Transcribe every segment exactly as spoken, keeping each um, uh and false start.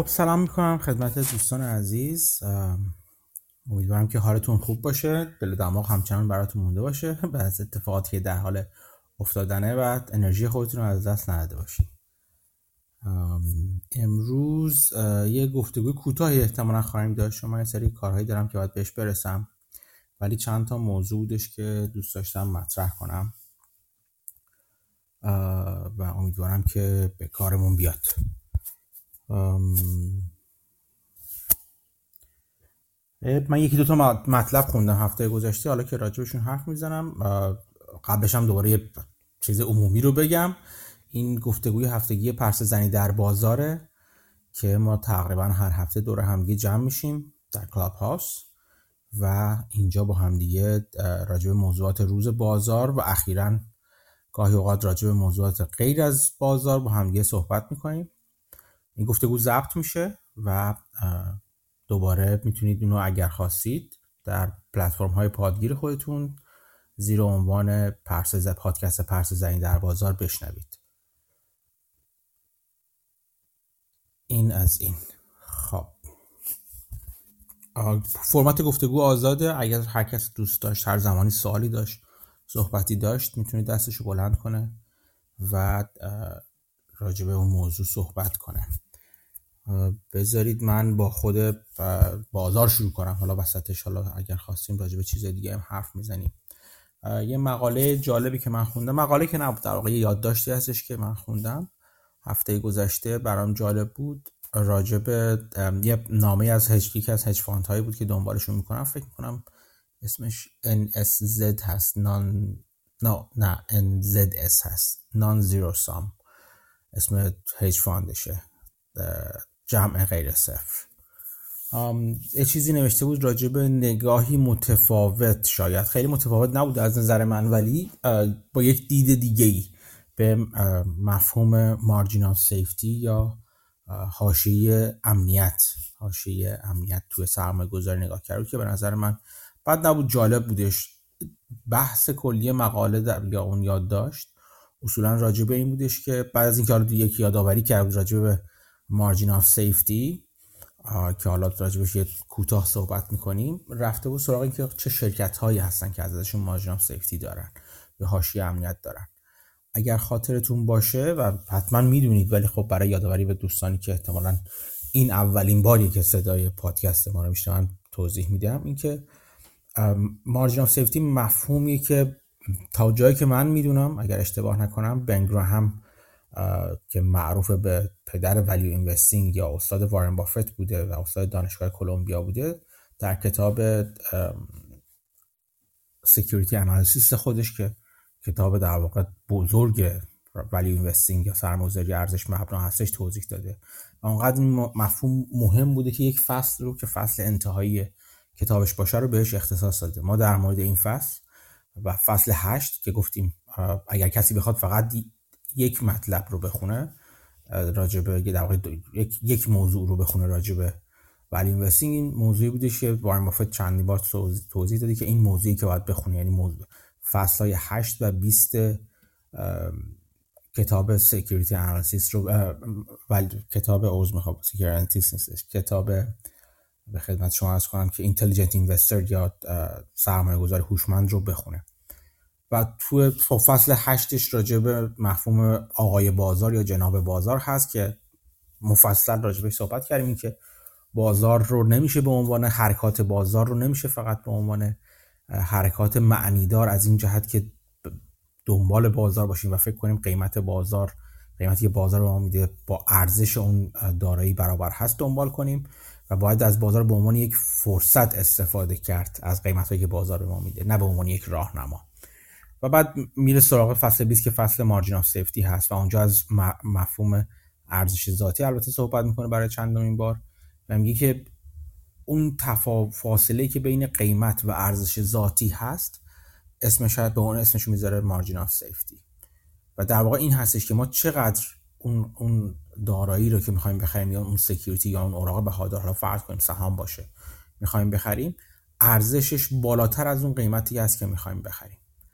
خب سلام میکنم خدمت دوستان عزیز. امیدوارم که حالتون خوب باشه، دل و دماغ همچنان براتون مونده باشه بعد از اتفاقاتی که در حال افتادنه و انرژی خودتون رو از دست نداده باشید. امروز یه گفتگوی کوتاهی احتمالاً خواهیم داشت. من یه سری کارهایی دارم که باید بهش برسم، ولی چند تا موضوع بودش که دوست داشتم مطرح کنم و امیدوارم که به کارمون بیاد. من یکی دو تا مطلب خوندم هفته گذشته، حالا که راجبشون حرف میزنم. قبلش هم دوباره یه چیز عمومی رو بگم. این گفتگوی هفتگی پرسه زنی در بازاره که ما تقریبا هر هفته دور همدیگه جمع میشیم در کلاب هاوس و اینجا با همدیگه راجب موضوعات روز بازار و اخیراً گاهی اوقات راجب موضوعات غیر از بازار با همدیگه صحبت میکنیم. این گفتگو ضبط میشه و دوباره میتونید اونو اگر خواستید در پلتفرم های پادگیر خودتون زیر عنوان پرسه ز پادکست پرسه زنی در بازار بشنوید. این از این. خب فرمت گفتگو آزاده. اگر هر کس دوست داشت، هر زمانی سوالی داشت، صحبتی داشت، میتونید دستشو بلند کنه و راجع به اون موضوع صحبت کنه. بذارید من با خود بازار شروع کنم، حالا وسطش حالا اگر خواستیم راجع به چیز دیگه هم حرف میزنیم. یه مقاله جالبی که من خوندم، مقاله که نبود، در واقع یادداشتی هستش که من خوندم هفته گذشته، برام جالب بود. راجع به یه نامه از هج یک از هج فاند هایی بود که دنبالشون میکنم. فکر میکنم اسمش ان اس زد هست، نان نه نه ان زد اس هست، نان زیرو سام اسم هج فاندشه، جمع غیر صفر. یه چیزی نوشته بود راجع به نگاهی متفاوت، شاید خیلی متفاوت نبود از نظر من، ولی با یک دید دیگه‌ای به مفهوم مارجین آف سیفتی یا حاشیه امنیت حاشیه امنیت توی سرمایه گذاری نگاه کرد که به نظر من بد نبود، جالب بودش. بحث کلی مقاله در یا اون یادداشت اصولا راجع به این بودش که بعد از اینکه حالا یکی یادآوری کرد راجع به مارجین آف سیفتی که حالا راجبش یه کوتاه صحبت میکنیم، رفته بود سراغ این که چه شرکت هایی هستن که ازشون مارجین آف سیفتی دارن یا حاشیه امنیت دارن. اگر خاطرتون باشه و حتما میدونید، ولی خب برای یادآوری به دوستانی که احتمالاً این اولین باریه که صدای پادکست ما رو میشنون توضیح میدم، این که مارجین آف سیفتی مفهومیه که تا جایی که من میدونم، اگر اشتباه نکنم، بن گراهام که معروف به پدر ولیو اینوستینگ یا استاد وارن بافت بوده و استاد دانشگاه کلمبیا بوده، در کتاب سکیوریتی انالیسیس خودش که کتاب در واقع بزرگ ولیو اینوستینگ یا سرمایه‌گذاری ارزش مبنا هستش توضیح داده. اونقدر این مفهوم مهم بوده که یک فصل رو که فصل انتهایی کتابش باشه رو بهش اختصاص داده. ما در مورد این فصل و فصل هشت که گفتیم اگر کسی بخواد فقط یک مطلب رو بخونه راجبه در واقع یک یک موضوع رو بخونه راجبه ولی اینوستینگ، این موضوعی بوده که وارن بافت چندین بار توضیح دادی که این موضوعی که باید بخونه، یعنی موضوع فصل‌های هشت و بیست کتاب سکیوریتی انالیسیس رو، ولی کتاب اوز میخوام سکیوریتی انالیسیس نیستش، کتاب به خدمت شما عرض کنم که اینتلیجنت اینوستر یا سرمایه‌گذار هوشمند رو بخونه. و تو فصل هشتش راجع به مفهوم آقای بازار یا جناب بازار هست که مفصل راجع بهش صحبت کردیم، این که بازار رو نمیشه به عنوان حرکات بازار رو نمیشه فقط به عنوان حرکات معنیدار از این جهت که دنبال بازار باشیم و فکر کنیم قیمت بازار، قیمتی که بازار به ما میده با ارزش اون دارایی برابر هست دنبال کنیم و باید از بازار به عنوان یک فرصت استفاده کرد، از قیمتایی که بازار به ما میده، نه به عنوان یک راهنما. و بعد میره سراغ فصل بیست که فصل مارجین آف سیفتی هست و اونجا از مفهوم ارزش ذاتی البته صحبت میکنه برای چندمین بار و میگه که اون فاصله که بین قیمت و ارزش ذاتی هست اسمش به اون اسمش میذاره مارجین آف سیفتی. و در واقع این هستش که ما چقدر اون اون دارایی رو که میخوایم بخریم یا اون سکیوریتی یا اون اوراق بهادار، حالا فرض کنیم سهام باشه، میخوایم بخریم، ارزشش بالاتر از اون قیمتی است که میخوایم بخریم.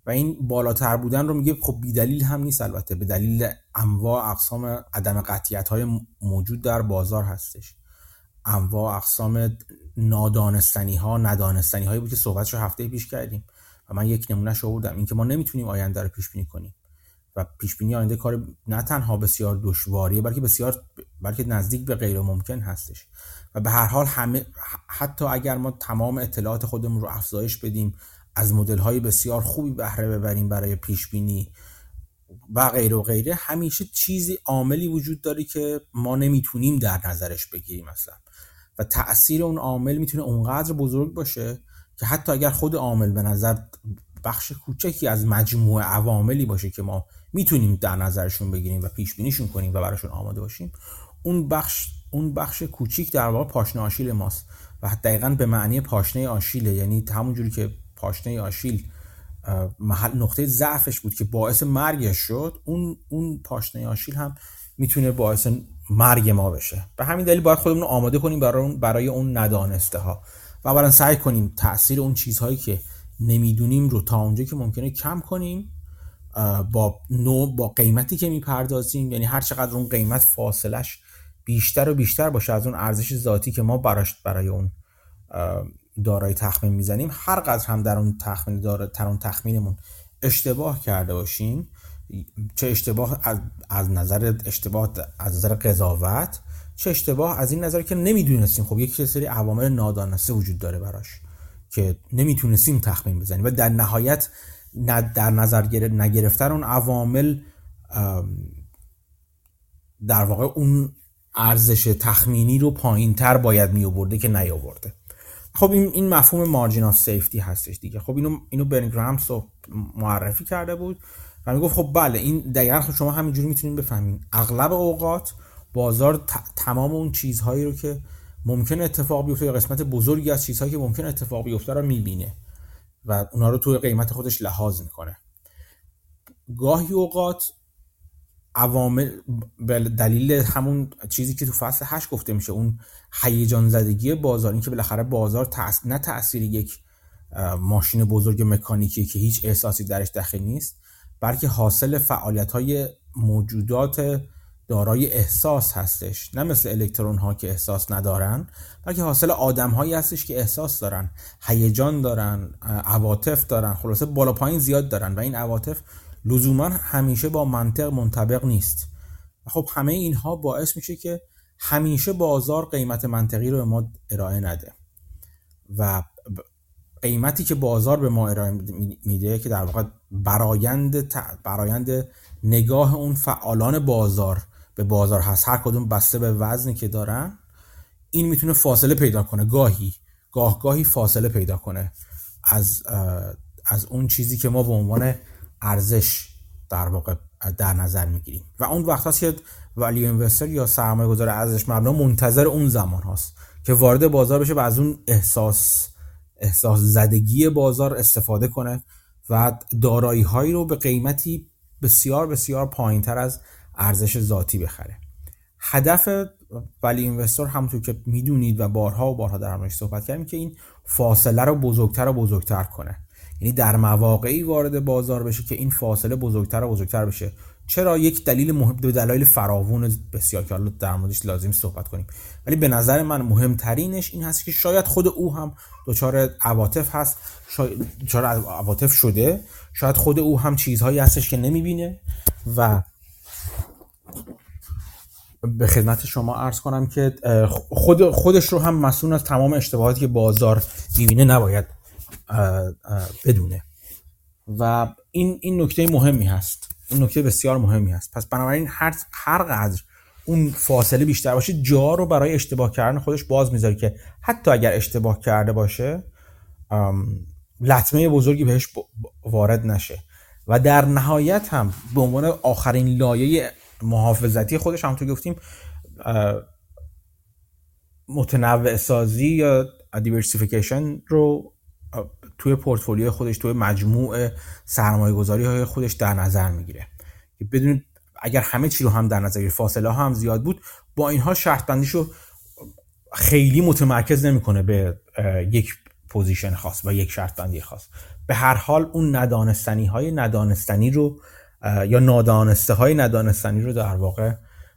و این بالاتر بودن رو میگه خب بی دلیل هم نیست، البته به دلیل انواع اقسام عدم قطعیت های موجود در بازار هستش، انواع اقسام نادانستنی ها ندانستنی هایی بود که صحبتش رو هفته پیش کردیم و من یک نمونهش آوردم، این که ما نمیتونیم آینده رو پیش بینی کنیم و پیش بینی آینده کار نه تنها بسیار دشواریه بلکه بسیار بلکه نزدیک به غیر ممکن هستش و به هر حال همه حتی اگر ما تمام اطلاعات خودمون رو افزایش بدیم، از مدل‌های بسیار خوبی بهره ببریم برای پیش بینی و غیره و غیره، همیشه چیزی عاملی وجود داره که ما نمیتونیم در نظرش بگیریم مثلا و تأثیر اون عامل میتونه اونقدر بزرگ باشه که حتی اگر خود عامل به نظر بخش کوچکی از مجموعه عواملی باشه که ما میتونیم در نظرشون بگیریم و پیش بینیشون کنیم و براشون آماده باشیم، اون بخش اون بخش کوچیک در واقع پاشنه آشیل ماست و دقیقاً به معنی پاشنه آشیله، یعنی همون جوری که پاشنه آشیل محل نقطه ضعفش بود که باعث مرگش شد، اون اون پاشنه آشیل هم میتونه باعث مرگ ما بشه. به همین دلیل باید خودمون رو آماده کنیم برای اون برای اون ندانسته ها و اولا سعی کنیم تأثیر اون چیزهایی که نمیدونیم رو تا اونجا که ممکنه کم کنیم با نوع با قیمتی که میپردازیم، یعنی هر چقدر اون قیمت فاصلش بیشتر و بیشتر باشه از اون ارزش ذاتی که ما براش برای اون دارایی تخمین میزنیم، هر قدر هم در اون تخمین داره در اون تخمینمون اشتباه کرده باشیم، چه اشتباه از, از نظر اشتباه از نظر قضاوت، چه اشتباه از این نظر که نمیدونستیم خب یک سری عوامل نادانسته وجود داره براش که نمیتونستیم تخمین بزنیم و در نهایت در نظر نگرفتن اون عوامل در واقع اون ارزش تخمینی رو پایین‌تر باید می آورده که نیاورده. خب این این مفهوم مارجین آف سیفتی هستش دیگه. خب اینو اینو برنی گرام معرفی کرده بود و میگفت خب بله این دقیقاً خب شما همینجوری میتونید بفهمین اغلب اوقات بازار تمام اون چیزهایی رو که ممکن اتفاق بیفته یا قسمت بزرگی از چیزهایی که ممکن اتفاق بیفته رو میبینه و اونا رو توی قیمت خودش لحاظ میکنه. گاهی اوقات عوامل به دلیل همون چیزی که تو فصل هشت گفته میشه، اون هیجان زدگی بازار، این که بالاخره بازار تأس... نه تأثیر یک ماشین بزرگ مکانیکی که هیچ احساسی درش داخل نیست، بلکه حاصل فعالیت‌های موجودات دارای احساس هستش، نه مثل الکترون ها که احساس ندارن، بلکه حاصل آدم هایی هستش که احساس دارن، هیجان دارن، عواطف دارن، خلاصه بالا پایین زیاد دارن و این عواطف لزوما همیشه با منطق منطبق نیست. خب همه اینها باعث میشه که همیشه بازار قیمت منطقی رو به ما ارائه نده و قیمتی که بازار به ما ارائه میده که در واقع برآیند برآیند نگاه اون فعالان بازار به بازار هست، هر کدوم بسته به وزنی که دارن، این میتونه فاصله پیدا کنه، گاهی گاه گاهی فاصله پیدا کنه از از اون چیزی که ما به عنوان ارزش در واقع در نظر میگیریم و اون وقت هست که ولیو اینوستر یا سرمایه گذار ارزش مبنا منتظر اون زمان هست که وارد بازار بشه و از اون احساس احساس زدگی بازار استفاده کنه و دارایی هایی رو به قیمتی بسیار بسیار پایین تر از ارزش ذاتی بخره. هدف ولی اینوستر همونطور که میدونید و بارها و بارها در موردش صحبت کردیم که این فاصله رو بزرگتر و بزرگتر کنه، یعنی در مواقعی وارد بازار بشه که این فاصله بزرگتر و بزرگتر بشه. چرا؟ یک دلیل مهم، دو دلایل فراوون بسیار که حالا در موردش لازم صحبت کنیم، ولی به نظر من مهمترینش این هست که شاید خود او هم دچار عواطف هست، شاید دچار عواطف شده، شاید خود او هم چیزهایی هستش که نمیبینه و به خدمت شما عرض کنم که خود خودش رو هم مسئول از تمام اشتباهاتی که بازار میبینه نباید بدونه و این این نکته مهمی هست، این نکته بسیار مهمی هست. پس بنابراین هر هر قدر اون فاصله بیشتر باشه جا رو برای اشتباه کردن خودش باز میذاره که حتی اگر اشتباه کرده باشه لطمه بزرگی بهش وارد نشه و در نهایت هم به عنوان آخرین لایه محافظتی خودش همونطور گفتیم متنوع سازی یا دیورسیفیکیشن رو توی پورتفولیوی خودش، توی مجموع سرمایه گذاری های خودش در نظر میگیره که بدون اگر همه چی رو هم در نظر بگیره، فاصله ها هم زیاد بود، با اینها شرط بندیشو خیلی متمرکز نمیکنه به یک پوزیشن خاص، با یک شرط بندی خاص. به هر حال اون ندانستنی های ندانستنی رو یا نادانسته های ندانستنی رو در واقع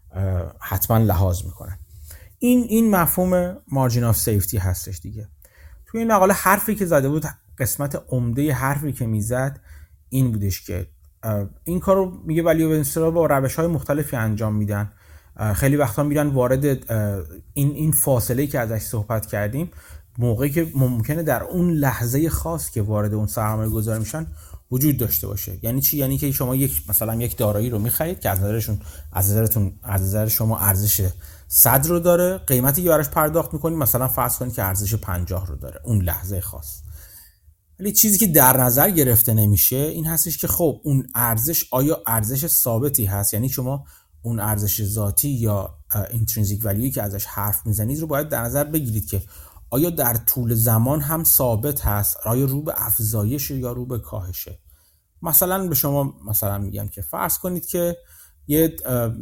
حتما لحاظ میکنن. این این مفهوم مارجین آف سیفتی هستش دیگه. توی این مقاله حرفی که زده بود، قسمت عمده حرفی که میزد این بودش که این کارو میگه ولیو اینوسترها با روش‌های مختلفی انجام میدن. خیلی وقتا میرن وارد این این فاصله که ازش صحبت کردیم، موقعی که ممکنه در اون لحظه خاص که وارد اون سرمایه گذاری میشن وجود داشته باشه. یعنی چی؟ یعنی که شما یک مثلا یک دارایی رو میخرید که از نظرشون از نظرتون از نظر شما ارزش صد رو داره، قیمتی که براش پرداخت میکنید مثلا فرض کنید که ارزش پنجاه رو داره اون لحظه خاص. ولی چیزی که در نظر گرفته نمیشه این هستش که خب اون ارزش آیا ارزش ثابتی هست؟ یعنی شما اون ارزش ذاتی یا اینترینسیک ولیویی که ازش حرف میزنید رو باید در نظر بگیرید که آیا در طول زمان هم ثابت هست، آیا رو به افزایش یا رو به کاهشه. مثلا به شما مثلا میگم که فرض کنید که یه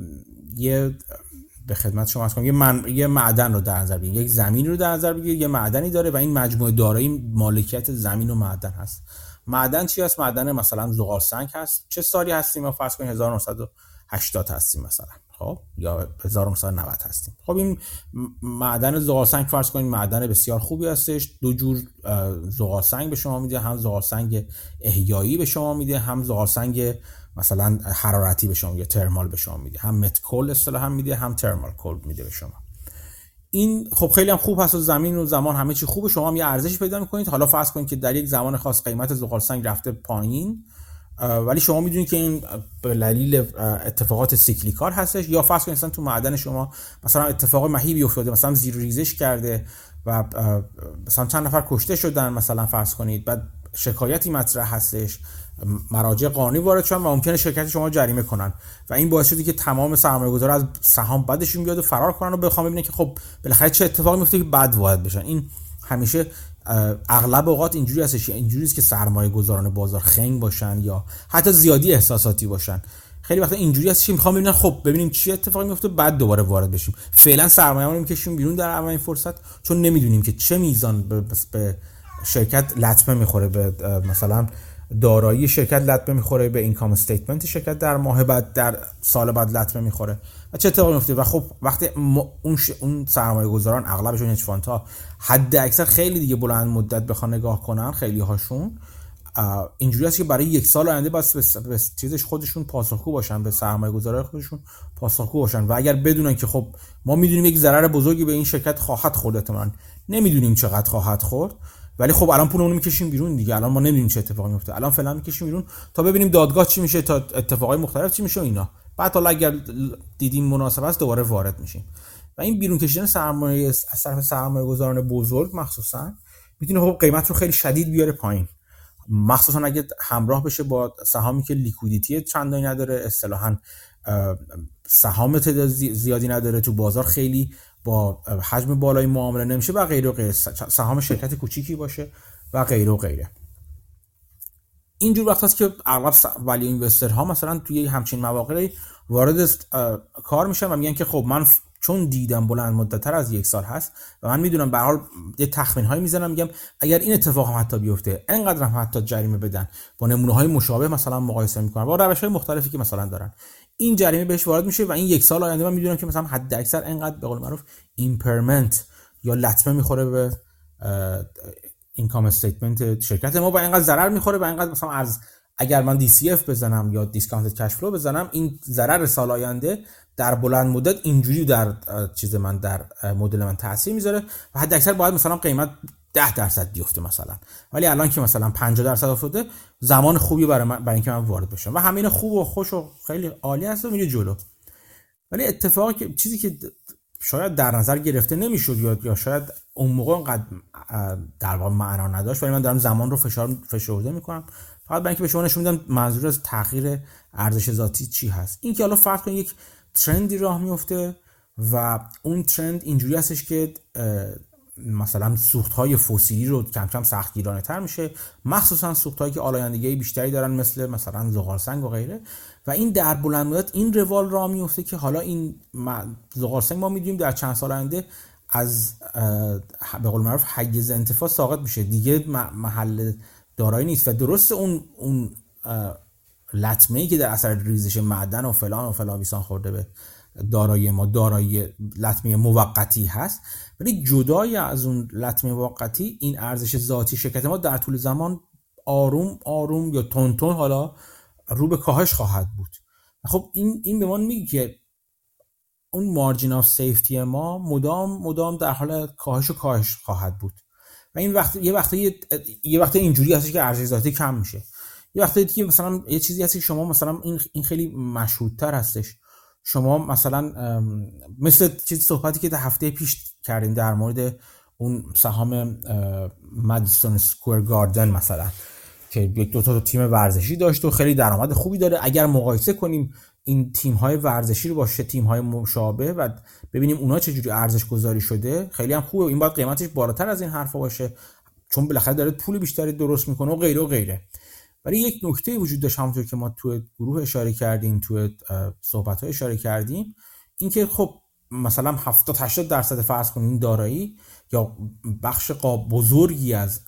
یه به خدمت شما هستم یه من یه معدن رو در نظر بگیرید، یک زمین رو در نظر بگیرید، یه معدنی داره و این مجموعه دارایی مالکیت زمین و معدن هست. معدن چی هست؟ معدن مثلا زغال سنگ هست. چه سالی هستیم؟ ما فرض کنید هزار و نهصد و هشتاد هستیم مثلا، خب یا هزار و نهصد و نود هستیم. خب این معدن زغال سنگ فرض کنید معدن بسیار خوبی هستش. دو جور زغال سنگ به شما میده، هم زغال سنگ احیایی به شما میده، هم زغال سنگ مثلا حرارتی به شما میده، ترمال به شما میده. هم مت کول اصطلاحا هم میده، هم ترمال کول میده به شما. این خب خیلی هم خوب هست و زمین و زمان همه چی خوبه، شما هم یه ارزش پیدا میکنید. حالا فرض کنید که در یک زمان خاص قیمت زغال سنگ رفته پایین، ولی شما میدونید که این به دلیل اتفاقات سیکلیکال هستش. یا فرض کنید مثلا تو معدن شما مثلا اتفاق مهیبی افتاده، مثلا زیر ریزش کرده و مثلا چند نفر کشته شدن مثلا فرض کنید، بعد شکایتی مطرح هستش، مراجع قانونی وارد شدن و ممکنه شرکت شما جریمه کنن و این باعث شده که تمام سرمایه‌گذارا از سهام بدشون بیاد و فرار کنن و بخوام ببینن که خب بالاخره چه اتفاقی میفته که بعد وارد بشن. این همیشه اغلب اوقات اینجوری هستش، اینجوری است که سرمایه‌گذاران بازار خنگ باشن یا حتی زیادی احساساتی باشن. خیلی وقتا اینجوری هستش که میخوام ببینن خب ببینیم چه اتفاقی میفته بعد دوباره وارد بشیم. فعلا سرمایه‌مون رو میکشیم بیرون در اولین فرصت، چون نمیدونیم که چه میزان به, به شرکت لطمه میخوره، به مثلا دارایی شرکت لطمه میخوره، به اینکام استیتمنت شرکت در ماه بعد در سال بعد لطمه میخوره و چه اتفاقی میفته. و خب وقتی اون ش... اون سرمایه گذاران اغلبشون هج فاندها حد اکثر خیلی دیگه بلند مدت بخوان نگاه کنن، خیلی هاشون اینجوری است که برای یک سال آینده بس به, به چیزش خودشون پاسخگو باشن، به سرمایه گذارای خودشون پاسخگو باشن و اگر بدونن که خب ما میدونیم یک ضرر بزرگی به این شرکت خواهد خورد، احتمالاً نمیدونیم چقدر خواهد خورد، ولی خب الان پولمون رو میکشیم بیرون دیگه، الان ما نمیدونیم چه اتفاقی میفته، الان فعلا میکشیم بیرون تا ببینیم دادگاه چی میشه، تا اتفاقای مختلف چی میشه و اینا، بعد حالا اگر دیدیم مناسب است دوباره وارد میشیم. و این بیرون کشیدن سرمایه از طرف سرمایه‌گذاران بزرگ مخصوصا میتونه خب قیمت رو خیلی شدید بیاره پایین، مخصوصا اگه همراه بشه با سهامی که لیکویدیتی چندانی نداره، اصطلاحاً سهام تعداد زیادی نداره تو بازار، خیلی با حجم بالای معامله نمیشه و غیره و غیره، سهام شرکت کوچیکی باشه و غیره و غیره. اینجور وقت هست که اغلب ولی اینوسترها مثلا توی همچین مواقعی وارد کار میشن و میگن که خب من چون دیدم بلند مدت‌تر از یک سال هست و من میدونم به هر حال یه تخمین‌هایی میزنم، میگم اگر این اتفاق هم حتی بیفته اینقدر هم حتی جریمه بدن، با نمونه‌های مشابه مثلا مقایسه میکنن با روش‌های مختلفی که مثلا دارن، این جریمه بهش وارد میشه و این یک سال آینده من میدونم که مثلا حد اکثر اینقدر به قول معروف ایمپرمنت یا لطمه میخوره به اینکام استیتمنت شرکت ما، با اینقدر ضرر میخوره و اینقدر مثلا از اگر من دی سی اف بزنم یا دیسکانتد کش فلو بزنم، این ضرر سال آینده در بلند مدت اینجوری در چیز من در مدل من تاثیر میذاره و حد اکثر باید مثلا قیمت ده درصد بیفته مثلا، ولی الان که مثلا پنجاه درصد افتاده زمان خوبی برای من برای اینکه من وارد بشم و همین خوب و خوش و خیلی عالی هست و میره جلو. ولی اتفاقی که چیزی که شاید در نظر گرفته نمیشد یا یا شاید اون موقع انقدر در واقع معنا نداشت، ولی من دارم زمان رو فشار فشرده میکنم فقط برای اینکه به شما نشون بدم منظور از تغییر ارزش ذاتی چی هست. این که حالا فرض کنید یک ترندی راه میفته و اون ترند اینجوری هستش که مثلا سوخت‌های فسیلی رو کم کم سختگیرانه تر میشه، مخصوصا سوخت‌هایی که آلایندگی بیشتری دارن مثل مثلا زغال سنگ و غیره، و این در بلند مدت این روال راه میفته که حالا این زغال سنگ ما میدونیم در چند سال آینده از به قول معروف حیز انتفاع ساقط میشه دیگه، محل دارایی نیست. و درست اون اون لطمه‌ای که در اثر ریزش معدن و فلان و فلان بیسان خورده به دارایی ما دارایی لطمه موقتی هست، ولی جدای از اون لطمه موقتی این ارزش ذاتی شرکت ما در طول زمان آروم آروم یا تون تون حالا رو به کاهش خواهد بود. خب این این به ما میگه که اون مارجین آف سیفتی ما مدام مدام در حال کاهش و کاهش خواهد بود. و این وقت یه وقتی یه وقتی اینجوری هست که ارزش ذاتی کم میشه، یه وقتی دیگه مثلا یه چیزی هست که شما مثلا این این خیلی مشهودتر هستش. شما مثلا مثل چیز صحبتی که در هفته پیش کردیم در مورد اون سهام مادیسون اسکوئر گاردن مثلا که یک دو تا تیم ورزشی داشت و خیلی درآمد خوبی داره. اگر مقایسه کنیم این تیم‌های ورزشی رو با تیم‌های مشابه و ببینیم اونا چه جوری ارزش گذاری شده، خیلی هم خوبه. این باید قیمتش بالاتر از این حرفا باشه چون بالاخره داره پول بیشتری درست میکنه و غیره و غیره. ولی یک نکته وجود داشت همونطور که ما تو گروه اشاره کردیم، تو صحبت‌ها اشاره کردیم، این که خب مثلا هفتاد هشتاد درصد فرض کنیم دارایی یا بخش بزرگی از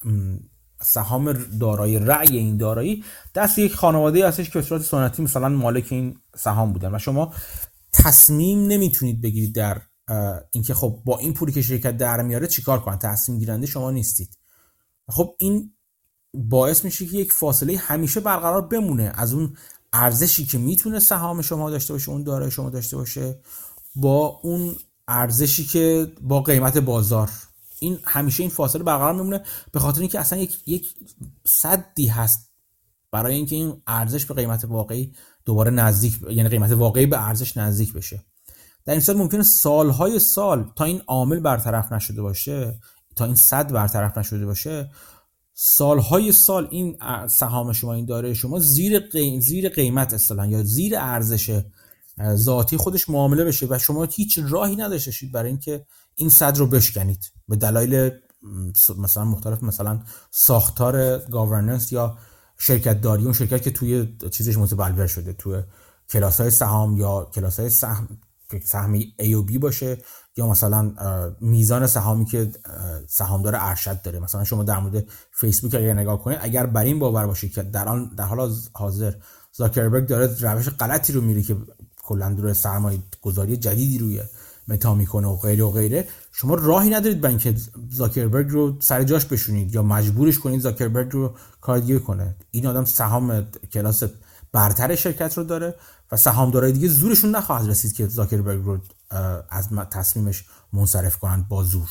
سهام دارایی رأی این دارایی دست یک خانواده هستش که به صورت سنتی مثلا مالک این سهام بودن و شما تصمیم نمیتونید بگیرید در اینکه خب با این پولی که شرکت در میاره چیکار کنن. تصمیم گیرنده شما نیستید. خب این باعث میشه که یک فاصله همیشه برقرار بمونه از اون ارزشی که میتونه سهام شما داشته باشه، اون دارایی شما داشته باشه، با اون ارزشی که با قیمت بازار. این همیشه این فاصله برقرار میمونه به خاطر اینکه اصلا یک یک سدی هست برای اینکه این ارزش به قیمت واقعی دوباره نزدیک، یعنی قیمت واقعی به ارزش نزدیک بشه. در این صورت ممکنه سالهای سال تا این عامل برطرف نشده باشه، تا این سد برطرف نشده باشه، سالهای سال این سهام شما، این دارایی شما زیر قیم، زیر قیمت اصطلاحاً یا زیر ارزش ذاتی خودش معامله بشه و شما هیچ راهی نداشتید برای اینکه این صد رو بشکنید به دلایل مثلا مختلف، مثلا ساختار گاورننس یا شرکت داری، اون شرکت که توی چیزش متبلور شده، توی کلاس‌های سهام یا کلاس‌های سهم سهم A و B باشه، یا مثلا میزان سهامی که سهامدار ارشد داره. مثلا شما در مورد فیسبوک اگر نگاه کنید، اگر بر این باور باشید که در آن در حال حاضر زاکربرگ داره روش غلطی رو میره که کلا داره سرمایه گذاری جدیدی روی متا میکنه و غیره و غیره، شما راهی ندارید برای اینکه زاکربرگ رو سر جاش بشونید یا مجبورش کنید زاکربرگ رو کار دیگه کنه. این آدم سهام کلاس برتر شرکت رو داره و سهامدارای دیگه زورشون نخواهد رسید که زاکربرگ رو از تصمیمش منصرف کنند با زور.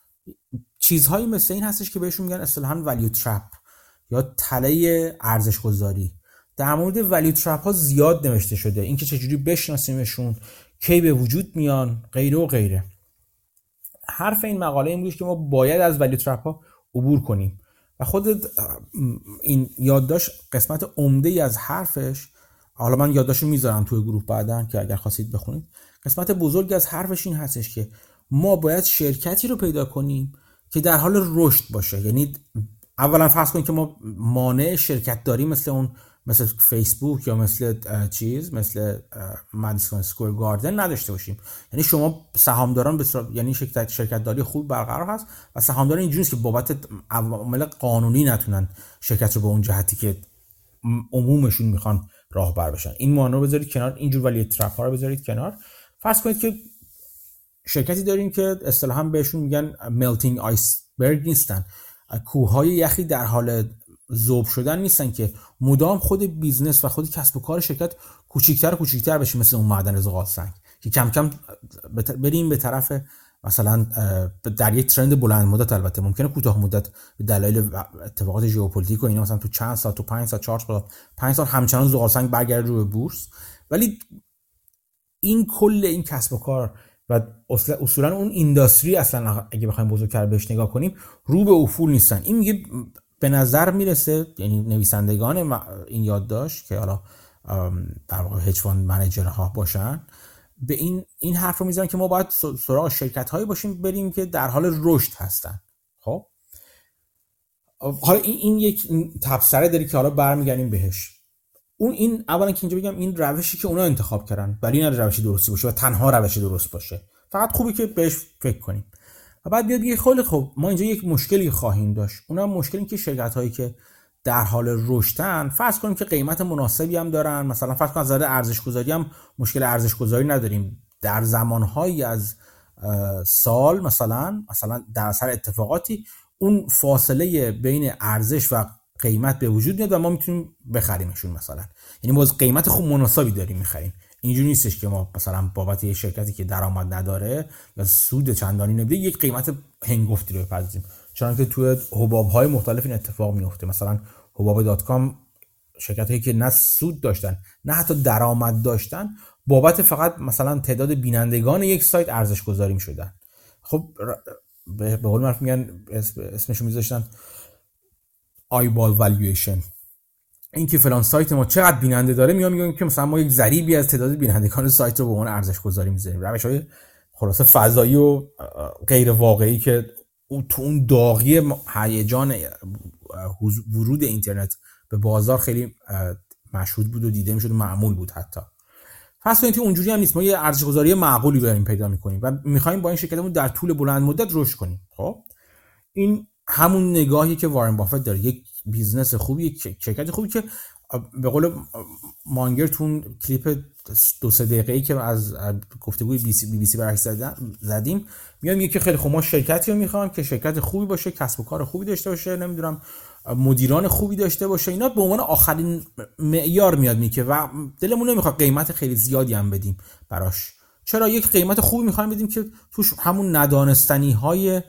چیزهایی مثل این هستش که بهشون میگن اصطلاحاً ولیو ترپ یا تله ارزش گذاری. در مورد ولیو ترپ ها زیاد نوشته شده، اینکه چجوری بشناسیمشون، کی به وجود میان، غیره و غیره. حرف این مقاله این بود که ما باید از ولیو ترپ ها عبور کنیم و خود این یادداشت قسمت عمده‌ای از حرفش، حالا من یادداشتو میذارم توی گروه بعداً که اگر خواستید بخونید، قسمت بزرگی از حرفش این هستش که ما باید شرکتی رو پیدا کنیم که در حال رشد باشه. یعنی اولا فرض کنید که ما مانع شرکت داری مثل اون مثل فیسبوک یا مثل چیز مثل مادیسون اسکوئر گاردن نداشته باشیم. یعنی شما سهامداران به یعنی شرکت شرکت داری خوب برقرار هست و سهامداران اینجوریه که بابت عوامل قانونی نتونن شرکت رو به اون جهتی که عمومشون میخوان راهبر بشن. این مانع رو بذارید کنار، اینجور ولی ترپ ها رو بذارید کنار. فرض کنید که شرکتی داریم که اصطلاحاً بهشون میگن ملتینگ آیسبرگ نیستن، کوههای یخی در حال ذوب شدن نیستن که مدام خود بیزنس و خود کسب و کار شرکت کوچیک‌تر و کوچیک‌تر بشه مثل اون معدن زغال سنگ که کم کم بریم به طرف مثلا در یک ترند بلند مدت، البته ممکنه کوتاه مدت به دلایل اتفاقات ژئوپلیتیک و اینا مثلا تو چند سال، تو پنج سال، چهار سال، پنج سال همچنان زغال سنگ برگرده رو به بورس، ولی این کل این کسب و کار و اصولا اون اینداستری اصلا اگه بخوایم بزرگتر بهش نگاه کنیم رو به افول نیستن. این میگه به نظر میرسه، یعنی نویسندگان این یادداشت که حالا در واقع هج فاند منیجرها باشن، به این این حرف رو میزنن که ما باید سراغ شرکت‌هایی باشیم بریم که در حال رشد هستن. خب حالا این این یک تبصره داره که حالا برمیگردیم بهش. اون این اولا که اینجا بگم این روشی که اونا انتخاب کردن ولی نه روشی درستی باشه و تنها روشی درست باشه، فقط خوبه که بهش فکر کنیم. بعد بیاد بگه خیلی خب ما اینجا یک مشکلی خواهیم داشت. اونم مشکلی که شرکت‌هایی که در حال رشدن، فرض کنیم که قیمت مناسبی هم دارن، مثلا فرض کن از نظر ارزش گذاری هم مشکل ارزش گذاری نداریم، در زمانهایی از سال مثلا مثلا در اثر اتفاقاتی اون فاصله بین ارزش و قیمت به وجود میاد و ما میتونیم بخریمشون مثلا، یعنی باز قیمت خوب مناسبی داریم میخریم. اینجوری نیستش که ما مثلا بابت یه شرکتی که درآمد نداره یا سود چندانی نمیده یک قیمت هنگفتی رو بپردازیم، چون که توی حباب‌های مختلف این اتفاق میفته. مثلا حباب دات کام شرکتایی که نه سود داشتن نه حتی درآمد داشتن، بابت فقط مثلا تعداد بینندگان یک سایت ارزش گذاری میشدن. خب به قول معروف میگن اسمشو میذاشتن آیبال والویشن، این که فلان سایت ما چقدر بیننده داره، میام میگم که مثلا ما یک ضریبی از تعداد بینندگان سایت رو به عنوان ارزش گذاری میذاریم. روش‌های خلاصه فضایی و غیر واقعی که تو اون داغی هیجان ورود اینترنت به بازار خیلی مشهود بود و دیده میشد و معمول بود. حتی پس اینکه اونجوری هم نیست، ما یه ارزش گذاری معقولی داریم پیدا میکنیم و میخوایم با این شرکتمون در طول بلند مدت رشد کنیم. خب این همون نگاهی که وارن بافت داره، یک بیزنس خوبی، یک شرکت خوبی که به قول مانگر تو کلیپ دو سه دقیقه‌ای که از گفتگوی بی سی بی بی سی برعکس زدیم، میام میگه که خیلی خوب ما شرکتی رو میخوام که شرکت خوبی باشه، کسب و کار خوبی داشته باشه، نمیدونم مدیران خوبی داشته باشه، اینا به عنوان آخرین معیار میاد میگه و دلمون نمیخواد قیمت خیلی زیادی هم بدیم براش. چرا؟ یک قیمت خوبی میخوایم بدیم که توش همون ندانستنی های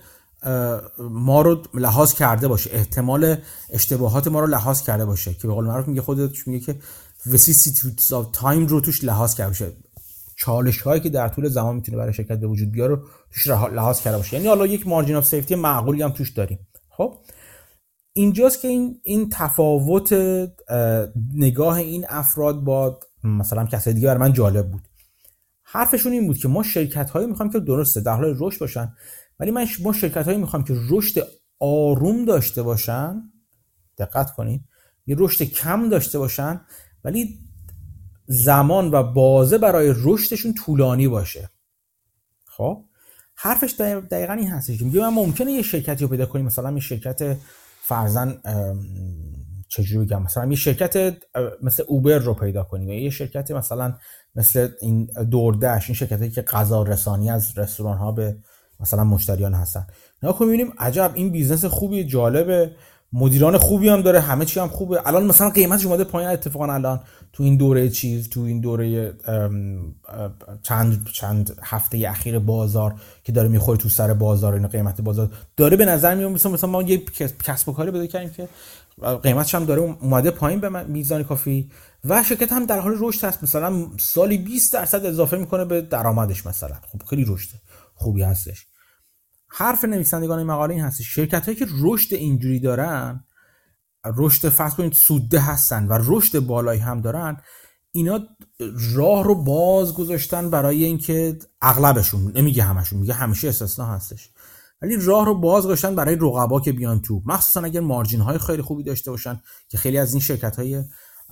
ما رو لحاظ کرده باشه، احتمال اشتباهات ما رو لحاظ کرده باشه، که به قول معروف میگه خودش میگه که vicissitudes of time رو توش لحاظ کرده باشه، چالش هایی که در طول زمان میتونه برای شرکت به وجود بیاره رو توش لحاظ کرده باشه، یعنی حالا یک مارجین اف سیفتی معقولی هم توش داریم. خب اینجاست که این این تفاوت نگاه این افراد با مثلا کسای دیگه برای من جالب بود. حرفشون این بود که ما شرکت هایی میخوایم که درسته در حال رشد باشن، ولی من ما شرکت هایی میخوام که رشد آروم داشته باشن، دقت کنید، یه رشد کم داشته باشن ولی زمان و بازه برای رشدشون طولانی باشه. خب حرفش دقیقاً این هستش که میگه من ممکنه یه شرکتی رو پیدا کنیم، مثلا یه شرکت فرضاً چجوری بگم، مثلا یه شرکت مثل اوبر رو پیدا کنیم یا یه شرکت مثلا مثل این دوردش، این شرکتی که غذا رسانی از رستوران ها به مثلا مشتریان هستن. نگاه کنیم ببینیم عجب این بیزنس خوبی، جالبه، مدیران خوبی هم داره، همه چی هم خوبه، الان مثلا قیمتش اومده پایین، اتفاقا الان تو این دوره چیز تو این دوره چند چند هفته اخیر بازار که داره میخوره تو سر بازار، این قیمت بازار داره به نظر میاد مثلا مثلا ما یه کسب و کاری بده کردیم که قیمتش هم داره اومده پایین به میزان کافی و شرکت هم در حال رشد هست، مثلا سالی بیست درصد اضافه میکنه به درآمدش مثلا. خب خیلی رشد خوبی هستش. حرف نویسندگان این مقاله این هست شرکتایی که رشد اینجوری دارن، رشد فرض کنید سوده هستن و رشد بالایی هم دارن، اینا راه رو باز گذاشتن برای اینکه اغلبشون، نمیگه همشون، میگه همیشه استثنا هستش، ولی راه رو باز گذاشتن برای رقبا که بیان تو، مخصوصا اگر مارجین های خیلی خوبی داشته باشن که خیلی از این شرکت های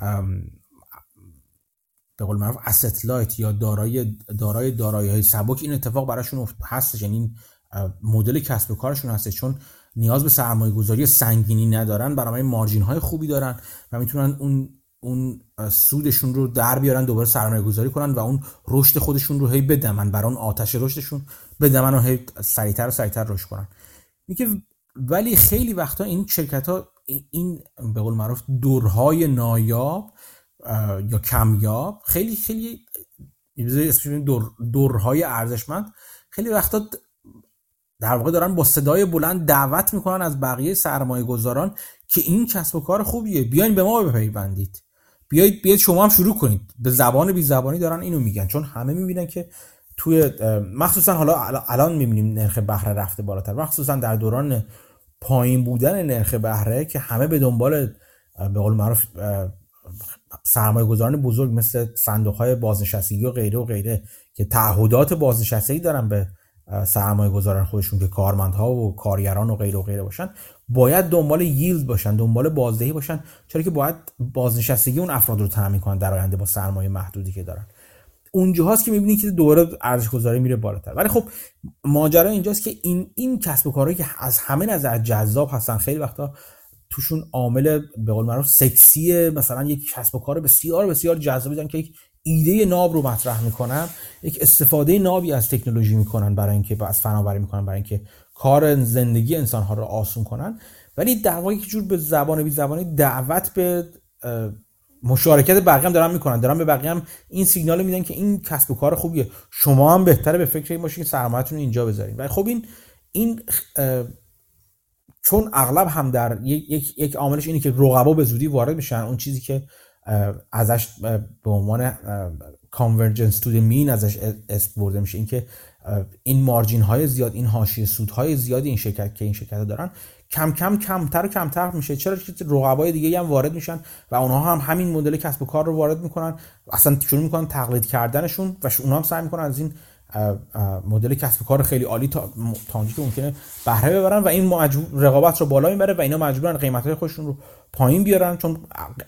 به قول معروف asset light یا دارای دارای دارایی‌های سبک این اتفاق براشون هستش، یعنی مدل کسب و کارشون هست، چون نیاز به سرمایه گذاری سنگینی ندارن، برای مارجین های خوبی دارن و میتونن اون اون سودشون رو در بیارن، دوباره سرمایه گذاری کنن و اون رشد خودشون رو هی بدمن، برای اون آتش رشدشون بدمن و هی سریعتر و سریعتر رشد کنن. میگه ولی خیلی وقتا این شرکت ها این به قول معروف دورهای نایاب یا کمیاب، خیلی خیلی اسمش دور دورهای ارزشمند، خیلی وقتا در واقع دارن با صدای بلند دعوت میکنن از بقیه سرمایه گذاران که این کسب و کار خوبیه، بیاین به ما بپیوندید، بیایید بیاید شما هم شروع کنید. به زبان بی زبانی دارن اینو میگن، چون همه میبینن که توی مخصوصا حالا الان میبینیم نرخ بهره رفته بالاتر، مخصوصا در دوران پایین بودن نرخ بهره که همه به دنبال به قول معروف سرمایه گذاران بزرگ مثل صندوق های بازنشستگی و غیره و غیره که تعهدات بازنشستگی دارن به سرمایه گذاران خودشون که کارمندها و کارگران و غیره و غیره باشن، باید دنبال ییلد باشن، دنبال بازدهی باشن، چرا که باید بازنشستگی اون افراد رو تامین کنن در آینده با سرمایه محدودی که دارن. اونجاست که میبینی که دوره ارزش گذاری میره بالاتر. ولی خب ماجرا اینجاست که این این کسب و کارهایی که از همه نظر جذاب هستن، خیلی وقتا توشون عامل به قول معروف سکسی، مثلا یک کسب و کار بسیار بسیار جذابی دارن که یک ایده ناب رو مطرح میکنن، یک استفاده نابی از تکنولوژی میکنن برای اینکه از فناوری میکنن برای اینکه کار زندگی انسان‌ها رو آسون کنن، ولی در واقع یک جور به زبان بی زبانی دعوت به مشارکت بقیه هم دارن میکنن، دارن به بقیه هم این سیگنال میدن که این کسب و کار خوبیه، شما هم بهتره به فکر این باشین که سرمایه‌تون رو اینجا بذارین. ولی خب این این چون اغلب هم در یک یک یک عاملش اینه که رقبا به زودی وارد میشن، اون چیزی که ازش به عنوان کانورجنس تو دی مین ازش اسم برده میشه، این که این مارجین های زیاد، این حاشیه سودهای زیادی این شرکت که این شرکت‌ها دارن کم کم کمتر و کمتر میشه. چرا؟ که رقبای دیگه هم وارد میشن و اونها هم همین مدل کسب و کار رو وارد میکنن، اصلا شروع میکنن تقلید کردنشون و اونها هم سعی میکنن از این مدل کسب و کار خیلی عالی تا تا اونجایی که ممکنه بهره ببرن و این مجبور رقابت رو بالا میبره و اینا مجبورن قیمت‌های خودشون رو پایین بیارن، چون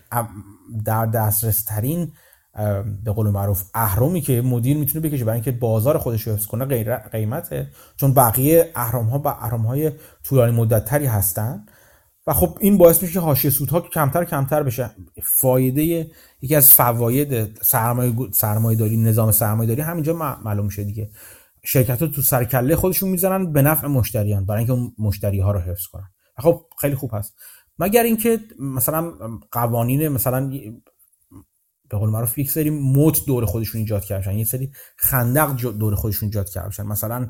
در دسترس ترین به قول معروف اهرمی که مدیر میتونه بکشه برای اینکه بازار خودش رو حفظ کنه غیر قیمته، چون بقیه اهرم‌ها با اهرم‌های طولانی مدت تری هستن و خب این باعث میشه که حاشیه سودها کمتر کمتر بشه. فایده یکی از فواید سرمایه سرمایه‌داری، نظام سرمایه‌داری همینجا معلوم میشه دیگه. شرکت‌ها تو سر کله خودشون میزنن به نفع مشتریان برای اینکه اون مشتری‌ها رو حفظ کنن. خب خیلی خوب هست، مگر اینکه مثلا قوانین مثلا به قول معروف یک سری موت دور خودشون ایجاد کردن، یک سری خندق دور خودشون ایجاد کردن، مثلا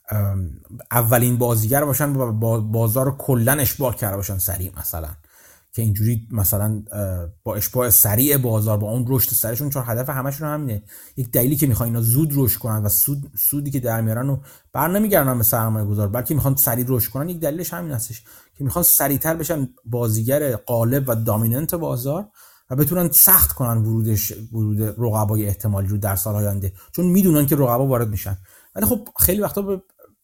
اولین بازیگر باشن و بازار رو کلا اشباع کرده باشن سریع، مثلا که اینجوری مثلا با اشباع سریع بازار با اون رشد سریعشون، چون هدف همشون همینه، یک دلیلی که میخوان اینا زود رشد کنن و سود سودی که در میارن رو برنمیگردن به سرمایه گذار، بلکه میخوان سریع رشد کنن، یک دلیلش همین هستش که میخوان سریعتر بشن بازیگر غالب و دامیننت بازار و بتونن سخت کنن ورودش ورود رقبای احتمالی رو در سال‌های آینده، چون میدونن که رقبا وارد میشن. ولی خب خیلی وقتا به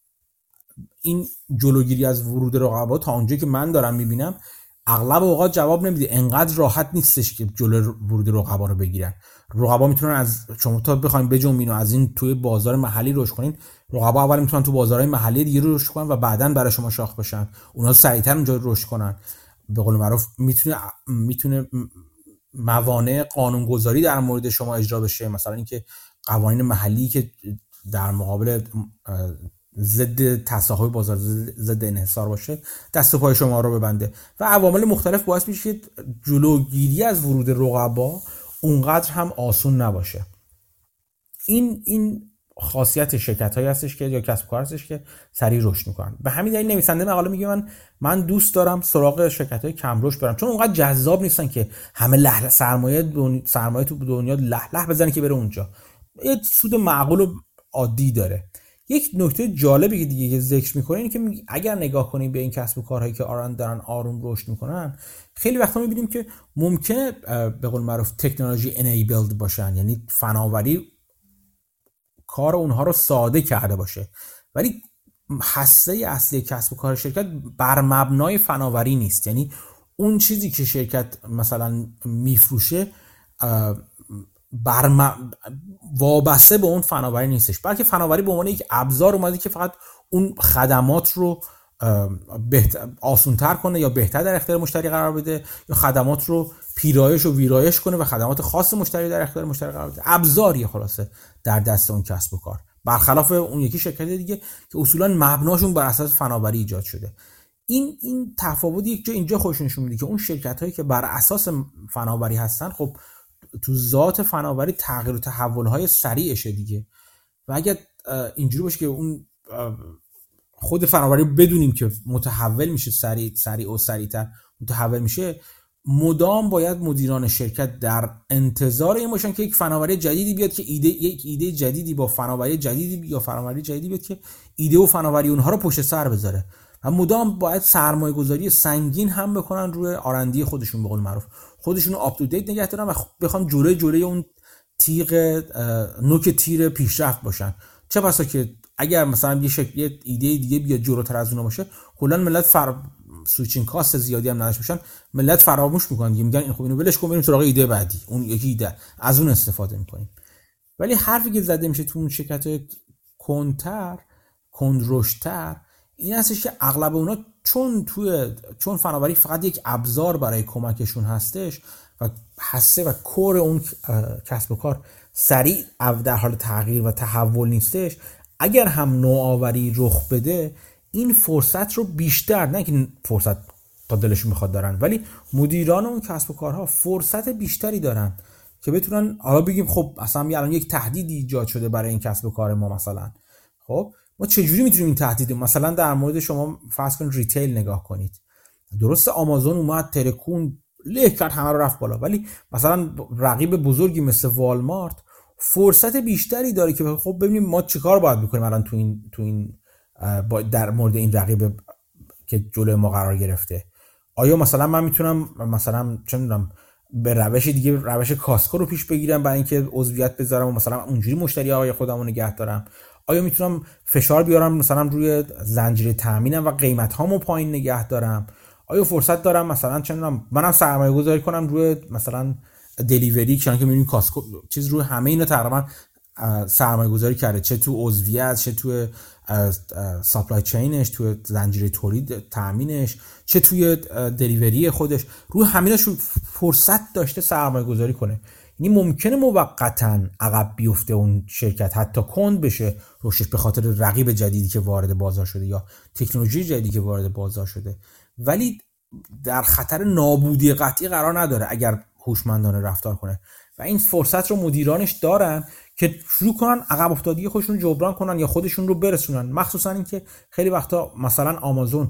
این جلوگیری از ورود رقبا تا اونجایی که من دارم میبینم اغلب اوقات جواب نمیده، انقدر راحت نیستش که جلو ورود رقبا رو بگیرن. رقبا میتونن از شما تا بخواید بجنبین و از این توی بازار محلی رشد کنین، رقبا اول میتونن تو بازارهای محلی دیگه رشد کنن و بعداً برای شما شاخ بشن، اونها سریعتر اونجا رشد کنن. به قول معروف میتونه میتونه موانع قانونگذاری در مورد شما اجرا بشه، مثلا اینکه قوانین محلی که در مقابل ضد تصاحب بازار، ضد انحصار باشه، دست و پای شما رو ببنده و عوامل مختلف باعث میشه که جلوگیری از ورود رقبا اونقدر هم آسون نباشه. این این خاصیت شرکت‌هایی هستش که یا کسب و کار هستش که سریع رشد میکنن. به همین دلیل نویسنده مقاله میگه من من دوست دارم سراغ شرکت‌های کم رشد برم، چون اونقدر جذاب نیستن که همه لح سرمایه دنیا سرمایه تو دنیا لح لح بزنه که بره اونجا. یه سود معقول و عادی داره. یک نکته جالبی که دیگه ذکر میکنه اینه که اگر نگاه کنیم به این کسب و کارهایی که آران دارن آروم رشد میکنن، خیلی وقتا میبینیم که ممکنه به قول معروف تکنولوژی انیبلد باشن، یعنی فناوری کار اونها رو ساده کرده باشه، ولی هسته اصلی کسب و کار شرکت بر مبنای فناوری نیست. یعنی اون چیزی که شرکت مثلا میفروشه بر وابسته به اون فناوری نیستش، بلکه فناوری به عنوان یک ابزار اومده که فقط اون خدمات رو بهتر آسان‌تر کنه یا بهتر در اختیار مشتری قرار بده، یا خدمات رو پیرایش و ویرایش کنه و خدمات خاص مشتری در اختیار مشتری قرار بده. ابزاری خلاصه در دست اون کسب و کار، برخلاف اون یکی شرکت دیگه که اصولا مبناشون بر اساس فناوری ایجاد شده. این این تفاوت یک جا اینجا خودش نشون میده که اون شرکتایی که بر اساس فناوری هستن، خب تو ذات فناوری تغییر و تحول‌های سریعشه دیگه، و اگه اینجوری باشه که اون خود فناوری بدونیم که متحول میشه، سریع سریع و سریعتر متحول میشه، مدام باید مدیران شرکت در انتظار این باشن که یک فناوری جدیدی بیاد که ایده یک ایده جدیدی با فناوری جدیدی یا فناوری جدیدی بیاد که ایده و فناوری اونها رو پشت سر بذاره، و مدام باید سرمایه گذاری سنگین هم بکنن روی آرندی خودشون، به قول معروف خودشون رو آپ تو دیت نگه دارن و بخوام جلوی جلوی اون تیغ نوک تیر پیشرفت باشن. چه بسا که اگر مثلا یه شکل یه ایده دیگه بیاد جلوتر از اونها باشه، کلا ملت فر سویچینگ کاست زیادی هم نداشته باشن، ملت فراموش میکنن، میگن این خب اینو ولش کن بریم سراغ ایده بعدی، اون یکی ایده از اون استفاده میکنیم. ولی حرفی که زده میشه تو اون شرکت‌های کندتر کندرشتر این هستش که اغلب اونا چون توی چون فناوری فقط یک ابزار برای کمکشون هستش و هسته و کور اون کسب و کار سریع در حال تغییر و تحول نیستش، اگر هم نوآوری رخ بده این فرصت رو بیشتر، نه که فرصت تا دلشون بخواد دارن، ولی مدیران اون کسب و کارها فرصت بیشتری دارن که بتونن حالا بگیم خب اصلا الان یک تهدیدی ایجاد شده برای این کسب و کار ما، مثلا خب ما چجوری میتونیم این تهدید، مثلا در مورد شما فرض کنید ریتیل نگاه کنید، درسته آمازون اومد ترکون له کرد همه رو رفت بالا، ولی مثلا رقیب بزرگی مثل والمارت فرصت بیشتری داره که خب ببینیم ما چیکار باید بکنیم الان تو این تو این در مورد این رقیب که جلوی ما قرار گرفته. آیا مثلا من میتونم مثلا چه میدونم به روش دیگه، روش کاسکو رو پیش بگیرم برای اینکه عضویت بذارم و مثلا اونجوری مشتری آقای خودم رو نگه دارم؟ آیا میتونم فشار بیارم مثلا روی زنجیره تامینم و قیمت هامو پایین نگه دارم؟ آیا فرصت دارم مثلا چه میدونم منم سرمایه گذاری کنم روی مثلا دلیوری، چون که میبینیم کاسکو چیز روی همه اینا تقریبا سرمایه گذاری کرده، چه تو عضویت، چه تو سپلای چینش، تو زنجیره تولید تامینش، چه توی دلیوری خودش، روی همیناش فرصت داشته سرمایه گذاری کنه. یعنی ممکنه موقتا عقب بیفته اون شرکت، حتی کند بشه روشش به خاطر رقیب جدیدی که وارد بازار شده یا تکنولوژی جدیدی که وارد بازار شده، ولی در خطر نابودی قطعی قرار نداره اگر هوشمندانه رفتار کنه و این فرصت رو مدیرانش دارن که شروع کنن عقب افتادگی خودشون رو جبران کنن یا خودشون رو برسونن. مخصوصا اینکه خیلی وقتا مثلا آمازون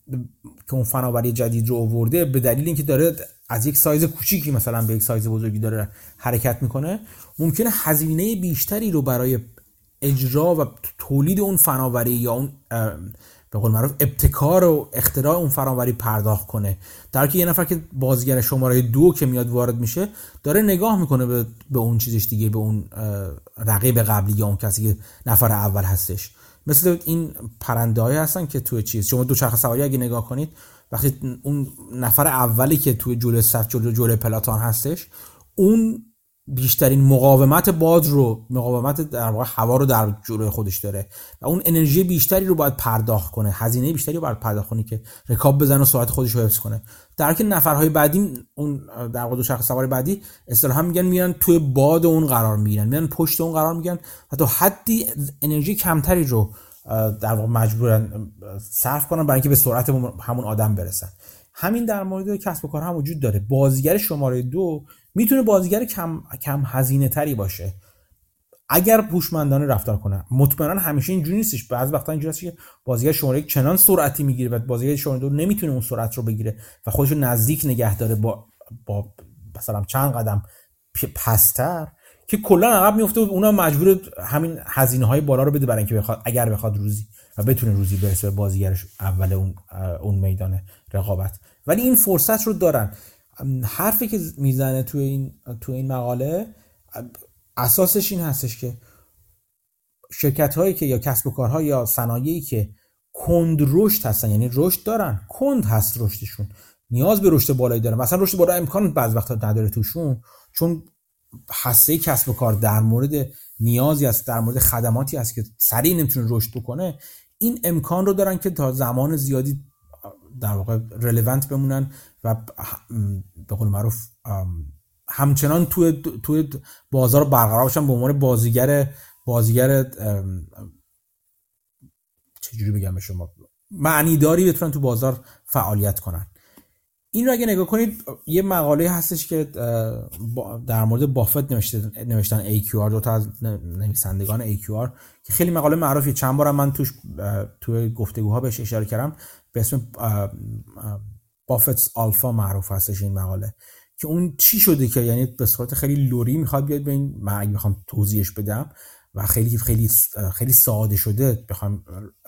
که اون فناوری جدید رو آورده به دلیل اینکه داره از یک سایز کوچیکی مثلا به یک سایز بزرگی داره حرکت میکنه، ممکنه هزینه بیشتری رو برای اجرا و تولید اون فناوری یا اون به قول معروف ابتکار و اختراع اون فناوری پرداخت کنه، در حالی که یه نفر که بازیگر شماره دو که میاد وارد میشه داره نگاه میکنه به, به اون چیزش دیگه، به اون رقیب قبلی یا اون کسی که نفر اول هستش. مثل این پرنده‌ای هستن که توی چیز شما دوچرخه سواری اگه نگاه کنید، وقتی اون نفر اولی که توی جلوی صف جلوی جلوی پلاتون هستش، اون بیشترین مقاومت باد رو، مقاومت در واقع هوا رو در جلوی خودش داره و اون انرژی بیشتری رو باید پرداخت کنه، هزینه بیشتری رو باید پرداخت کنه که رکاب بزنه و سرعت خودش رو حفظ کنه. در حالی که نفرهای بعدی، اون در واقع دوچرخه سوار بعدی اصطلاحاً میگن میرن توی باد اون قرار میگیرن، میرن پشت اون قرار میگیرن و تا حدی انرژی کمتری رو در واقع مجبورن صرف کنن برای اینکه به سرعت همون آدم برسن. همین در مورد کسب و کار هم وجود داره. بازیگر شماره دو میتونه بازیگر کم کم هزینه تری باشه اگر هوشمندانه رفتار کنه. مطمئنا همیشه اینجوری نیستش، بعضی وقتا اینجوری هست که بازیگر شماره یک چنان سرعتی میگیره و بازیگر شماره دو نمیتونه اون سرعت رو بگیره و خودش رو نزدیک نگه داره با با مثلا چند قدم پستر که کلا عقب میفته و اونها مجبور همین هزینه‌های بالا رو بده برای اینکه بخواد اگر بخواد روزی و بتونه روزی برسه به بازیگرش اول اون اون میدان رقابت. ولی این فرصت رو دارن. حرفی که میزنه توی این توی این مقاله اساسش این هستش که شرکت‌هایی که یا کسب و کارها یا صنایعی که کند رشد هستن، یعنی رشد دارن، کند هست رشدشون، نیاز به رشد بالایی دارن، مثلا رشد بالا امکان بعضی وقتا نداره توشون، چون هسته کسب و کار در مورد نیازی است، در مورد خدماتی است که سریع نمیتونه رشد بکنه، این امکان رو دارن که تا زمان زیادی در واقع رلوونت بمونن و به قول معروف همچنان توی توی بازار برقرار باشن به عنوان بازیگر بازیگر چجوری بگم به شما معنی داری بتونن تو بازار فعالیت کنن. این رو اگه نگاه کنید یه مقاله هستش که در مورد بافت نوشته نوشتن ای کیو آر، دو تا از نویسندگان ای کیو آر که خیلی مقاله معروفیه، چند بارم من توش توی گفتگوها بهش اشاره کردم، به اسم بافت's آلفا معروف هستش این مقاله، که اون چی شده که یعنی به صورت خیلی لوری میخواد بیاد به این، من اگه بخوام توضیحش بدم و خیلی خیلی خیلی ساده شده بخوام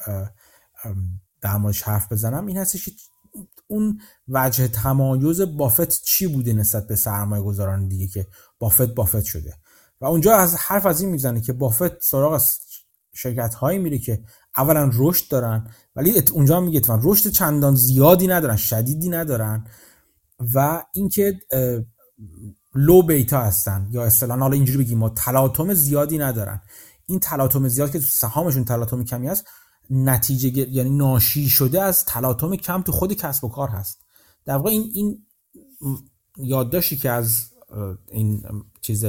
در موردش حرف بزنم، این هستش که اون وجه تمایز بافت چی بوده نسبت به سرمایه گذاران دیگه که بافت بافت شده. و اونجا از حرف از این میزنه که بافت سراغ شرکت هایی میره که اولا رشد دارن، ولی اونجا هم میگه اتفاقا رشد چندان زیادی ندارن، شدیدی ندارن، و اینکه لو بیتا هستن یا اصطلاحاً حالا اینجوری بگیم ما تلاطم زیادی ندارن. این تلاطم زیاد که تو سهامشون تلاطم کمی هست نتیجه گ... یعنی ناشی شده از تلاطم کم تو خود کسب و کار هست. در واقع این این یادداشتی که از این چیز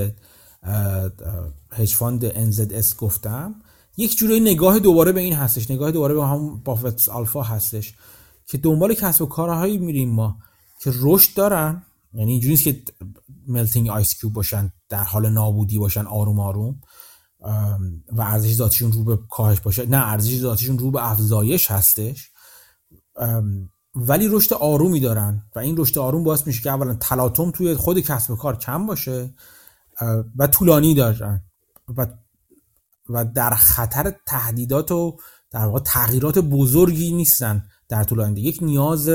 هج فاند ان زد اس گفتم یک جوری نگاه دوباره به این هستش، نگاه دوباره به هم بافت آلفا هستش که دنبال کسب و کارهایی میریم ما که رشد دارن، یعنی اینجوری نیست که ملتینگ آیس کیوب باشن، در حال نابودی باشن آروم آروم و ارزش ذاتیشون رو به کاهش باشه، نه ارزش ذاتیشون رو به افزایش هستش، ولی رشد آرومی دارن و این رشد آروم باعث میشه که اولا تلاطم توی خود کسب و کار کم باشه و طولانی دارن و و در خطر تهدیدات و در واقع تغییرات بزرگی نیستن در طول آینده. یک نیاز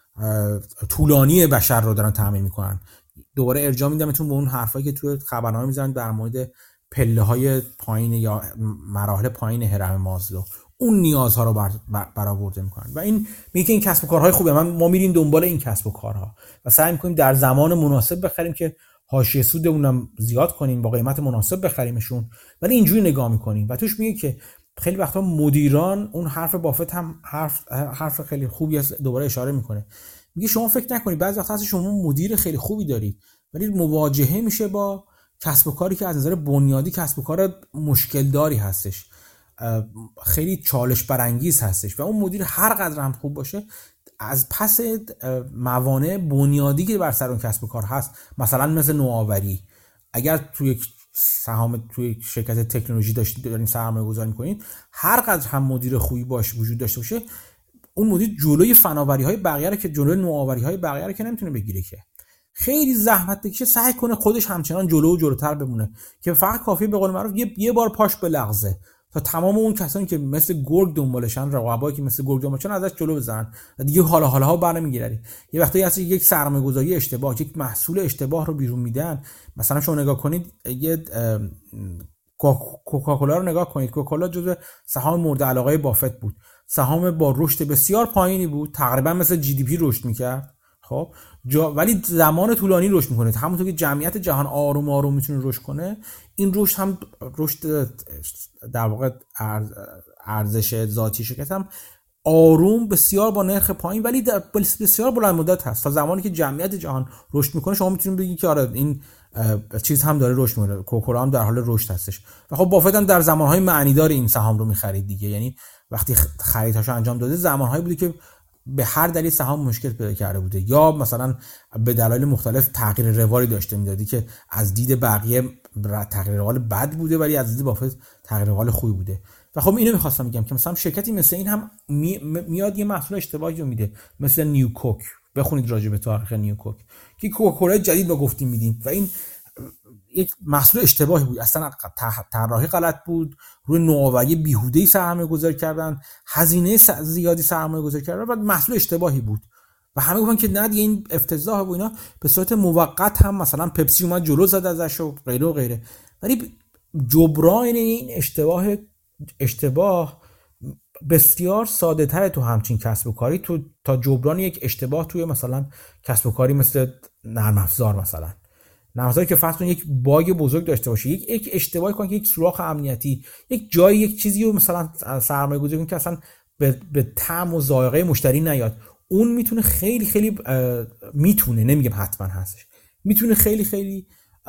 طولانی بشر رو دارن تامین میکنن. دوباره ارجاع میدمتون به اون حرفایی که توی خبرنامه میذارن در مورد پله‌های پایین یا مراحل پایین هرم مازلو، اون نیازها رو بر برآورده میکنن و این میگه که این کسب و کارهای خوبه، من ما میریم دنبال این کسب و کارها و سعی میکنیم در زمان مناسب بخریم که حاشیه سودمون زیاد کنیم، با قیمت مناسب بخریمشون، ولی اینجوری نگاه میکنیم. و توش میگه که خیلی وقتا مدیران، اون حرف بافت هم حرف حرف خیلی خوبی است، دوباره اشاره میکنه، میگه شما فکر نکنید بعضی وقتا شما مدیر خیلی خوبی دارید ولی مواجهه میشه با کسب و کاری که از نظر بنیادی کسب و کار مشکل داری هستش، خیلی چالش برانگیز هستش و اون مدیر هر قدر هم خوب باشه از پس موانع بنیادی که بر سر اون کسب و کار هست، مثلا مثل نوآوری، اگر توی سهام توی شرکت تکنولوژی داشتید دارین سرمایه گذاری میکنید، هر قدر هم مدیر خوبی باشه وجود داشته باشه، اون مدیر جلوی فناوری های بقیه رو که جلوی نوآوری های بقیه رو که نمیتونه بگیره، که خیلی زحمت بکشه سعی کنه خودش همچنان جلو و جلوتر بمونه که فقط کافیه به قول معروف یه یه بار پاش بلغزه تا تمام اون کسانی که مثل گرگ دنبالشن، رقبایی که مثل گرگ دنبالشن ازش جلو بزنن و دیگه حالا حالا ها برنمیگیره. یه وقتی هست یک سرمایه‌گذاری اشتباه، یک محصول اشتباه رو بیرون میدن. مثلا شما نگاه کنید یه کوکاکولا رو نگاه کنید، کوکاکولا جزو سهام مورد علاقه بافت بود، سهام با رشد بسیار پایینی بود، تقریبا مثل جی دی پی رشد میکرد، خب جا ولی زمان طولانی رشد میکنه. همونطور که جمعیت جهان آروم آروم میتونه رشد کنه، این رشد هم رشد در واقع ارزش ذاتی شرکت هم آروم بسیار با نرخ پایین ولی بسیار بلند مدت هست. تا زمانی که جمعیت جهان رشد میکنه شما میتونید بگید که آره این چیز هم داره رشد میکنه، کوکاکولا هم در حال رشد هستش. و خب بافت هم در زمانهای معنیدار این سهام رو میخرید دیگه، یعنی وقتی خریداشو انجام داده زمانهایی بوده که به هر دلیل سهام مشکل پیدا کرده بوده یا مثلا به دلایل مختلف تغییر رولی داشته میدادی که از دید بقیه تغییر روال بد بوده ولی از دید بافت تغییر روال خوبی بوده. و خب اینو میخواستم بگم که مثلا شرکتی مثل این هم می... میاد یه محصول اشتباهی رو میده، مثل نیوکوک، بخونید راجع به تاریخ نیوکوک که کوکاکولا جدید ما گفتیم میدیم و این یک محصول اشتباهی بود، اصلا طراحی غلط بود، روی نوآوری بیهوده‌ای سرمایه گذاری کردن، هزینه زیادی سرمایه گذاری کردن و محصول اشتباهی بود و همه گفتن که نه دیگه این افتضاحه و اینا. به صورت موقت هم مثلا پپسی اومد جلو زد ازش و غیره و غیره، ولی جبران این اشتباه اشتباه بسیار ساده تره تو همچین کسب و کاری تو تا جبران یک اشتباه توی مثلا کسب و کاری مثل نرم افزار. مثلا نرم افزاری که فرض کن یک باگ بزرگ داشته باشه، یک یک اشتباهی کنه که یک سوراخ امنیتی، یک جای یک چیزی رو مثلا سرمایه گذاری کنه که اصلا به به طعم و ذائقه مشتری نیاد، اون میتونه خیلی خیلی میتونه، نمیگم حتما هستش، میتونه خیلی خیلی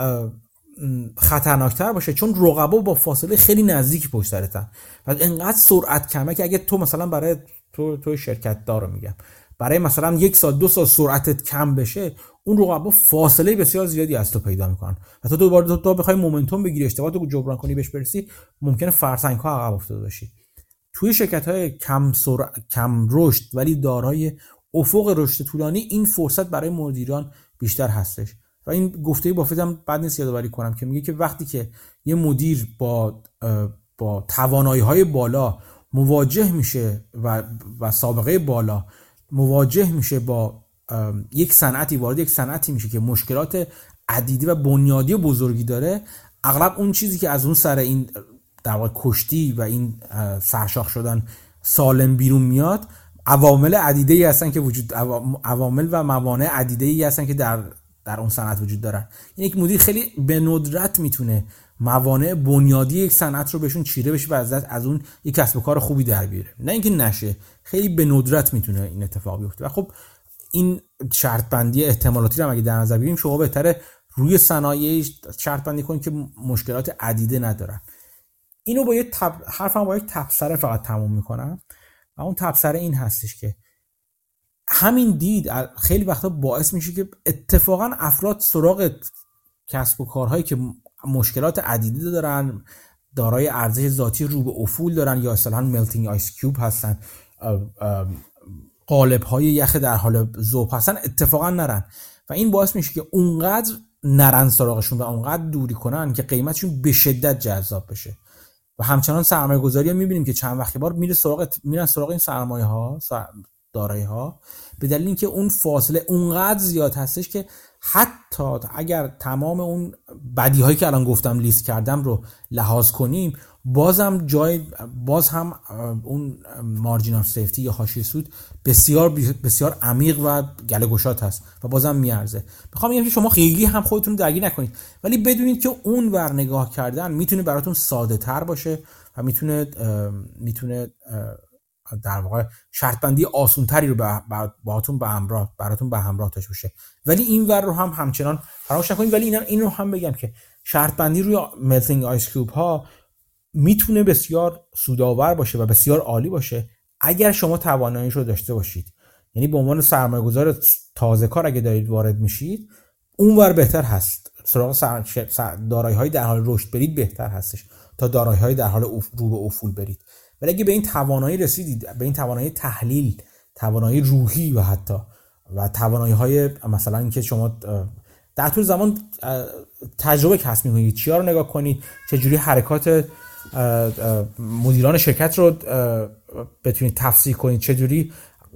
خطرناکتر باشه چون رقبا با فاصله خیلی نزدیک پشت سرتن و انقدر سرعت کمه که اگه تو مثلا برای تو تو شرکت دارو میگم برای مثلا یک سال دو سال سرعتت کم بشه، اون رقبا فاصله بسیار زیادی از تو پیدا میکنن و تو دوباره تو, تو بخوای مومنتوم بگیری، اشتباهات رو جبران کنی بهش برسی، ممکنه فرسنگ‌ها عقب افتاده باشی. توی شرکت‌های کم سرعت کم رشد ولی دارای افق رشد طولانی این فرصت برای مدیران بیشتر هستش و این گفته بافت هم بعد نیست یادآوری کنم که میگه که وقتی که یه مدیر با با توانایی‌های بالا مواجه میشه و و سابقه بالا مواجه میشه با یک صنعتی، وارد یک صنعتی میشه که مشکلات عدیدی و بنیادی و بزرگی داره، اغلب اون چیزی که از اون سر این در واقع کشتی و این سرشاخ شدن سالم بیرون میاد، عوامل عدیده‌ای هستن که وجود عوامل و موانع عدیده‌ای هستن که در در اون صنعت وجود دارن. این یک مدیر خیلی به ندرت میتونه موانع بنیادی یک صنعت رو بهشون چیره بشه و از از اون یک کسب و کار خوبی در بیاره. نه اینکه نشه، خیلی به ندرت میتونه این اتفاق بیفته. و خب این شرط بندی احتمالاتی رو اگه در نظر بگیریم، شما بهتره روی صنایع شرط بندی کنید که مشکلات عدیده ندارن. اینو با یه تب... حرفم با یک تبصره فقط تموم میکنم و اون تبصره این هستش که همین دید خیلی وقتا باعث میشه که اتفاقا افراد سراغ کسب و کارهایی که مشکلات عدیده دارن، دارای ارزش ذاتی رو به افول دارن یا اصطلاحاً ملتینگ آیس کیوب هستن، قالب‌های یخ در حال ذوب هستن، اتفاقا نرن و این باعث میشه که اونقدر نرن سراغشون و اونقدر دوری کنن که قیمتشون به شدت جذاب بشه. و همچنان سرمایه گذاری هم میبینیم که چند وقتی بار میره سراغ میرن سراغ این سرمایه ها دارایی ها، به دلیل اینکه اون فاصله اونقدر زیاد هستش که حتی اگر تمام اون بدی هایی که الان گفتم لیست کردم رو لحاظ کنیم، بازم جای باز هم اون مارجین آف سیفتی یا حاشیه سود بسیار بسیار عمیق و گله گشاد هست و بازم میارزه. میخوام بگم که شما خیلی هم خودتون درگیر نکنید، ولی بدونید که اون ور نگاه کردن میتونه براتون ساده تر باشه و میتونه میتونه در واقع شرط بندی آسان تری رو باهاتون به همراه براتون به همراه داشته باشه. ولی این ور رو هم همچنان فراموش نکنید. ولی اینا این رو هم بگم که شرط بندی روی ملتینگ آیس کیوب ها میتونه بسیار سودآور باشه و بسیار عالی باشه اگر شما تواناییش رو داشته باشید. یعنی به عنوان سرمایه‌گذار تازه کار اگه دارید وارد میشید، اونور بهتر هست سراغ دارایی‌های در حال رشد برید، بهتر هستش تا دارایی‌های در حال رو به افول برید. ولی اگه به این توانایی رسیدید، به این توانایی تحلیل، توانایی روحی و حتی و توانایی‌های مثلا اینکه شما در طول زمان تجربه کسب می‌کنید، چیا رو نگاه کنید، چجوری حرکات مدیران شرکت رو بتونید تفسیر کنید، چجوری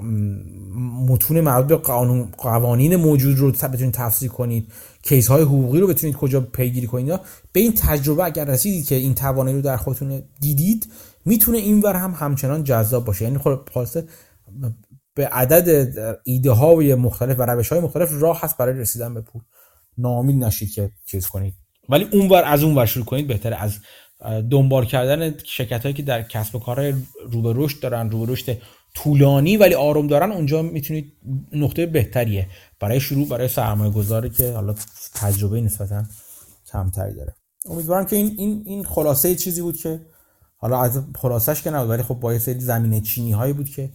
متون مربوط به قانون قوانین موجود رو بتونید تفسیر کنید، کیس های حقوقی رو بتونید کجا پیگیری کنید. به این تجربه اگر رسیدید که این توانایی رو در خودتون دیدید، میتونه اینور هم همچنان جذاب باشه. یعنی خب خلاصه به عدد ایده های مختلف و روش های مختلف راه هست برای رسیدن به پول. ناامید نشید که چیز کنید، ولی اونور از اونور شروع کنید بهتره. از دنبال کردن شرکتایی که در کسب و کارهای رو به رشد دارن، رو به رشد طولانی ولی آروم دارن، اونجا میتونید نقطه بهتریه برای شروع برای سرمایه گذاری که حالا تجربه نسبتا کمتری داره. امیدوارم که این این این خلاصه چیزی بود که حالا از خلاصش که نبود، ولی خب با یه سری زمینه چینی هایی بود که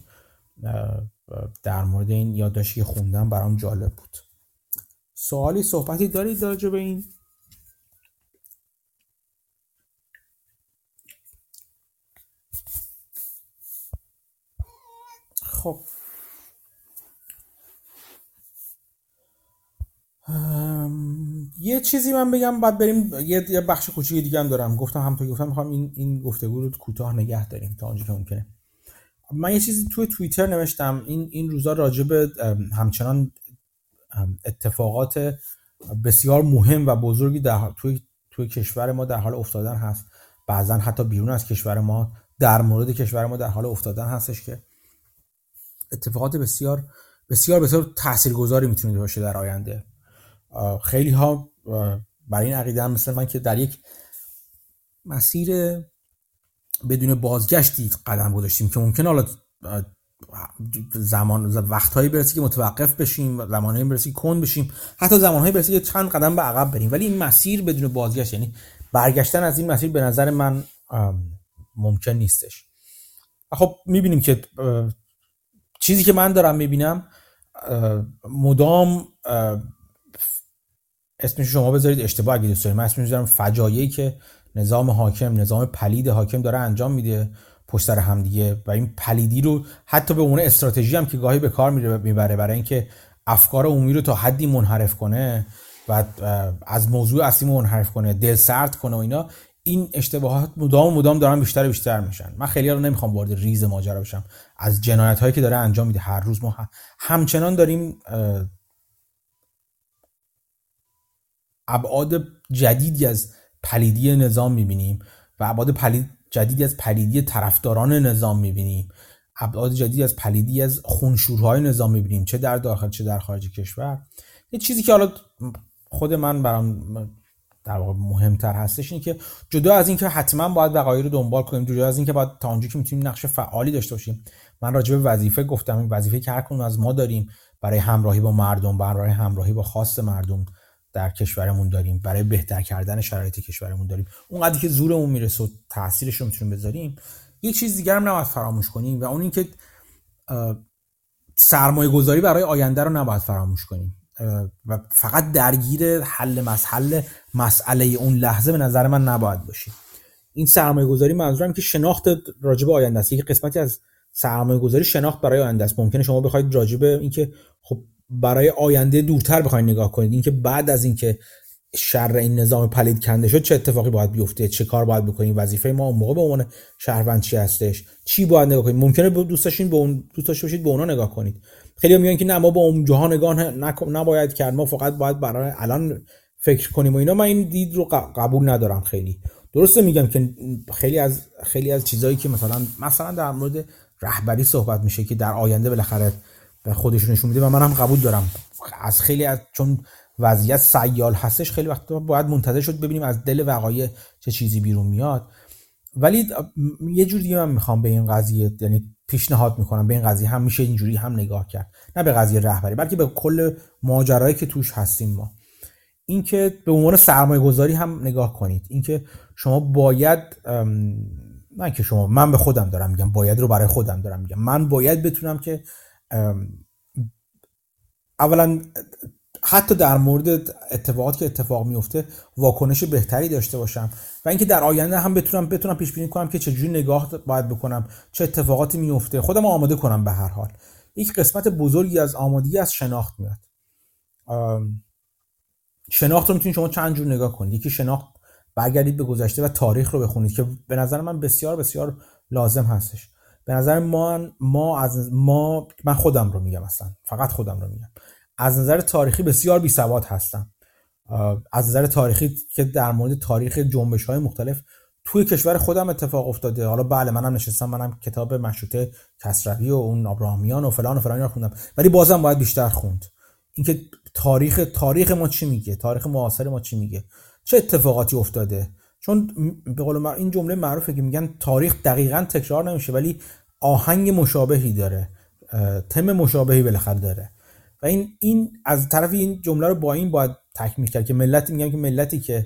در مورد این یادداشتی خوندم برام جالب بود. سوالی صحبتی دارید راجع به این؟ خب یه چیزی من بگم بعد بریم. یه, یه بخش کوچیک دیگه هم دارم. گفتم همونطور که گفتم میخوام این این گفتگو رو کوتاه نگه داریم تا اونجا که ممکنه. من یه چیزی توی توییتر نوشتم این این روزا راجع به همچنان اتفاقات بسیار مهم و بزرگی در توی توی کشور ما در حال افتادن هست، بعضا حتی بیرون از کشور ما در مورد کشور ما در حال افتادن هستش که اتفاقات بسیار بسیار بسیار تاثیرگذاری میتونه باشه در آینده. خیلی ها برای این عقیده هم مثل من که در یک مسیر بدون بازگشتی قدم گذاشتیم که ممکنه حالا زمان وقتهایی برسه که متوقف بشیم، زمانهایی برسه که کند بشیم، حتی زمانهایی برسه که چند قدم به عقب بریم، ولی این مسیر بدون بازگشت، یعنی برگشتن از این مسیر به نظر من ممکن نیستش. خب میبینیم که چیزی که من دارم میبینم مدام اسمش شما بذارید اشتباه اگه دوست دارید، من اسمش میذارم فجایعی که نظام حاکم نظام پلید حاکم داره انجام میده پشت سر هم دیگه، و این پلیدی رو حتی به عنوان استراتژی هم که گاهی به کار میبره برای اینکه افکار عمومی رو تا حدی منحرف کنه و از موضوع اصلی منحرف کنه، دل سرد کنه و اینا. این اشتباهات مدام مدام دارن بیشتر و بیشتر میشن. من خیلی رو نمیخوام وارد ریز ماجرا بشم از جنایت هایی که داره انجام میده. هر روز ما همچنان داریم ابعاد جدیدی از پلیدی نظام میبینیم و ابعاد پلید جدیدی از پلیدی طرفداران نظام میبینیم، ابعاد جدیدی از پلیدی از خونشورهای نظام میبینیم، چه در داخل چه در خارج کشور، یه چیزی که حالا خود من برام در واقع مهمتر هستش اینه که جدا از این که حتما باید وقایع رو دنبال کنیم، جدا از این که باید تا اونجایی که میتونیم نقش فعالی داشته باشیم. من راجع به وظیفه گفتم، این وظیفه که هر کدوم از ما داریم برای همراهی با مردم، برای همراهی با خواست مردم در کشورمون داریم، برای بهتر کردن شرایط کشورمون داریم. اونقدری که زورمون میرسه و تاثیرش رو میتونیم بذاریم. یک چیز دیگه هم نباید فراموش کنیم و اون این که سرمایه گذاری برای آینده رو نباید فراموش کنیم و فقط درگیر حل مسئله مسئله اون لحظه به نظر من نباید باشیم. این سرمایه گذاری منظورم که شناخت راجب آینده است. یک قسمتی از سرمایه گذاری شناخت برای آینده است. ممکنه شما بخواید راجب اینکه خب برای آینده دورتر بخواید نگاه کنید، اینکه بعد از اینکه شر این نظام پلید کنده شد چه اتفاقی باید بیفته، چه کار باید بکنیم، وظیفه ما اون موقع به عنوان شهروند چی هستش، چی باید نگاه کنیم. ممکنه دوست داشتین به اون دوست داشته باشید به اونا نگاه کنید. خیلی میگن که نه ما با اون جهان نگاه نباید کرد، ما فقط باید برای الان فکر کنیم و اینا. من این دید رو قبول ندارم. خیلی درسته میگم که خیلی از خیلی از چیزایی که مثلا مثلا در مورد رهبری صحبت میشه که در آینده بالاخره به خودش نشون میده و منم قبول دارم. از خیلی از چون وضعیت سیال هستش خیلی وقتا باید منتظر شد ببینیم از دل وقایع چه چیزی بیرون میاد. ولی یه جور دیگه من میخوام به این قضیه، یعنی پیشنهاد میکنم به این قضیه هم میشه اینجوری هم نگاه کرد، نه به قضیه رهبری بلکه به کل ماجرایی که توش هستیم ما. این که به عنوان سرمایه گذاری هم نگاه کنید. این که شما باید، نه که شما، من به خودم دارم میگم، باید رو برای خودم دارم میگم، من باید بتونم که اولا حتی در مورد اتفاقات که اتفاق میفته واکنش بهتری داشته باشم و اینکه در آینده هم بتونم بتونم پیش بینی کنم که چجوری نگاه باید بکنم، چه اتفاقاتی میفته، خودم آماده کنم. به هر حال یک قسمت بزرگی از آمادگی از شناخت میاد. شناخت رو میتونید شما چند جور نگاه کنید. یکی شناخت برگردید به گذشته و تاریخ رو بخونید که به نظر من بسیار بسیار لازم هستش. به نظر ما ما از ما من خودم رو میگم، اصلا فقط خودم رو میگم، از نظر تاریخی بسیار بی‌سواد هستم. از نظر تاریخی که در مورد تاریخ جنبش‌های مختلف توی کشور خودم اتفاق افتاده. حالا بله منم نشستم، منم کتاب مشروطه کسروی و اون ابراهامیان و فلان و فلان رو خوندم، ولی بازم باید بیشتر خوند. اینکه تاریخ تاریخ ما چی میگه، تاریخ معاصر ما چی میگه، چه اتفاقاتی افتاده. چون به قول من این جمله معروفه که میگن تاریخ دقیقاً تکرار نمیشه ولی آهنگ مشابهی داره، تم مشابهی بالاخره داره. و این این از طرف این جمله رو با این باید تکمیل کرد که ملتی میگم که ملتی که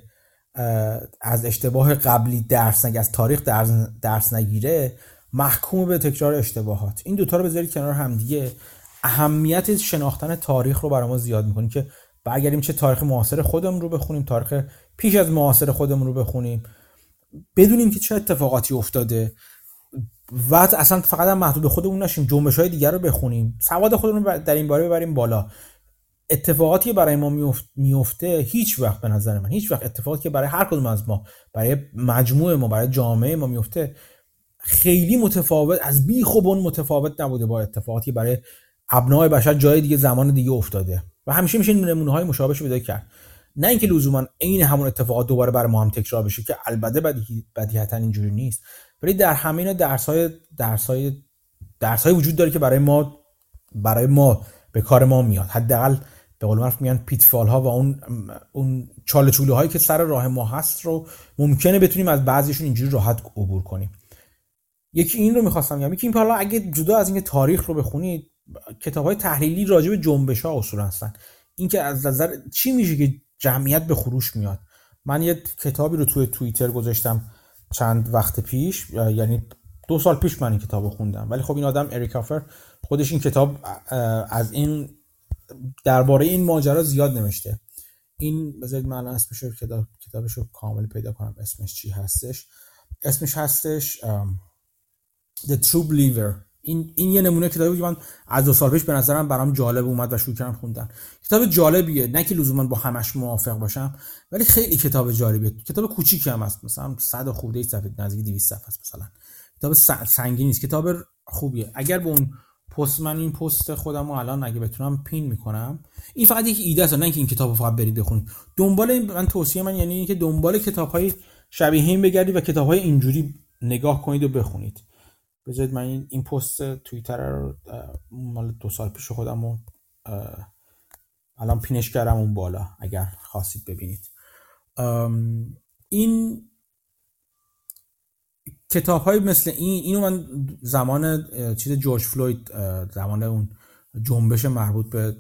از اشتباه قبلی درس نگیره، از تاریخ درس, درس نگیره، محکوم به تکرار اشتباهات. این دوتا رو بذارید کنار هم دیگه، اهمیت شناختن تاریخ رو برای ما زیاد میکنیم که برگردیم چه تاریخ معاصر خودمون رو بخونیم، تاریخ پیش از معاصر خودمون رو بخونیم، بدونیم که چه اتفاقاتی افتاده و اصلا فقط هم محدود به خودمون نشیم، جنبش‌های دیگر رو بخونیم، سواد خودمون رو در این باره ببریم بالا. اتفاقاتی برای ما میفته, میفته هیچ وقت به نظر من هیچ وقت اتفاقاتی که برای هر کدوم از ما، برای مجموعه ما، برای جامعه ما میفته خیلی متفاوت، از بیخ و بن متفاوت نبوده با اتفاقاتی برای ابنای بشر جای دیگه زمان دیگه افتاده و همیشه میشه نمونه‌های مشابهش پیدا کرد. نه اینکه لزوما عین همون اتفاقات دوباره برای ما هم تکرار بشه که البته بدیهی بدیهیاً اینجوری نیست، ولی در همین درس‌های درس‌های درس‌های وجود داره که برای ما برای ما به کار ما میاد. حداقل به قول معروف میگن پیتفال ها و اون اون چاله چوله هایی که سر راه ما هست رو ممکنه بتونیم از بعضیشون اینجوری راحت عبور کنیم. یکی این رو می‌خواستم بگم. یکی این حالا اگه جدا از اینکه تاریخ رو بخونید، کتاب‌های تحلیلی راجع به جنبش‌ها اصولا هستن. اینکه از نظر چی میشه که جمعیت به خروش میاد. من یه کتابی رو توی توییتر گذاشتم چند وقت پیش، یعنی دو سال پیش من این کتابو خوندم، ولی خب این آدم اریک آفر خودش این کتاب از این درباره این ماجرا زیاد نوشته. این بذارید من الان اسمش رو کتاب کتابشو کامل پیدا کنم، اسمش چی هستش. اسمش هستش The True Believer. این این یه نمونه کتابی که من از دو سال پیش به نظرم برام جالب اومد و شروع کردم خوندن. کتاب جالبیه، نه که لزوما با همش موافق باشم، ولی خیلی کتاب جالبیه. کتاب کوچیکی هم هست، مثلا صد خورده صفحه، نزدیک دویست صفحه است مثلا. کتاب سنگینی نیست، کتاب خوبیه. اگر به اون پست، من این پست خودمو الان اگه بتونم پین میکنم، این فقط یک ایده است، نه اینکه این کتابو فقط برید بخونید. دنبال من توصیه من یعنی اینکه دنبال کتاب‌های شبیه این بگردید و کتاب‌های اینجوری نگاه کنید و بخونید. بذارید من این این پست توییتر رو مال دو سال پیش خودمو الان پینش کردم اون بالا اگر خواستید ببینید. این کتاب های مثل این اینو من زمان چیز جورج فلوید، زمان اون جنبش مربوط به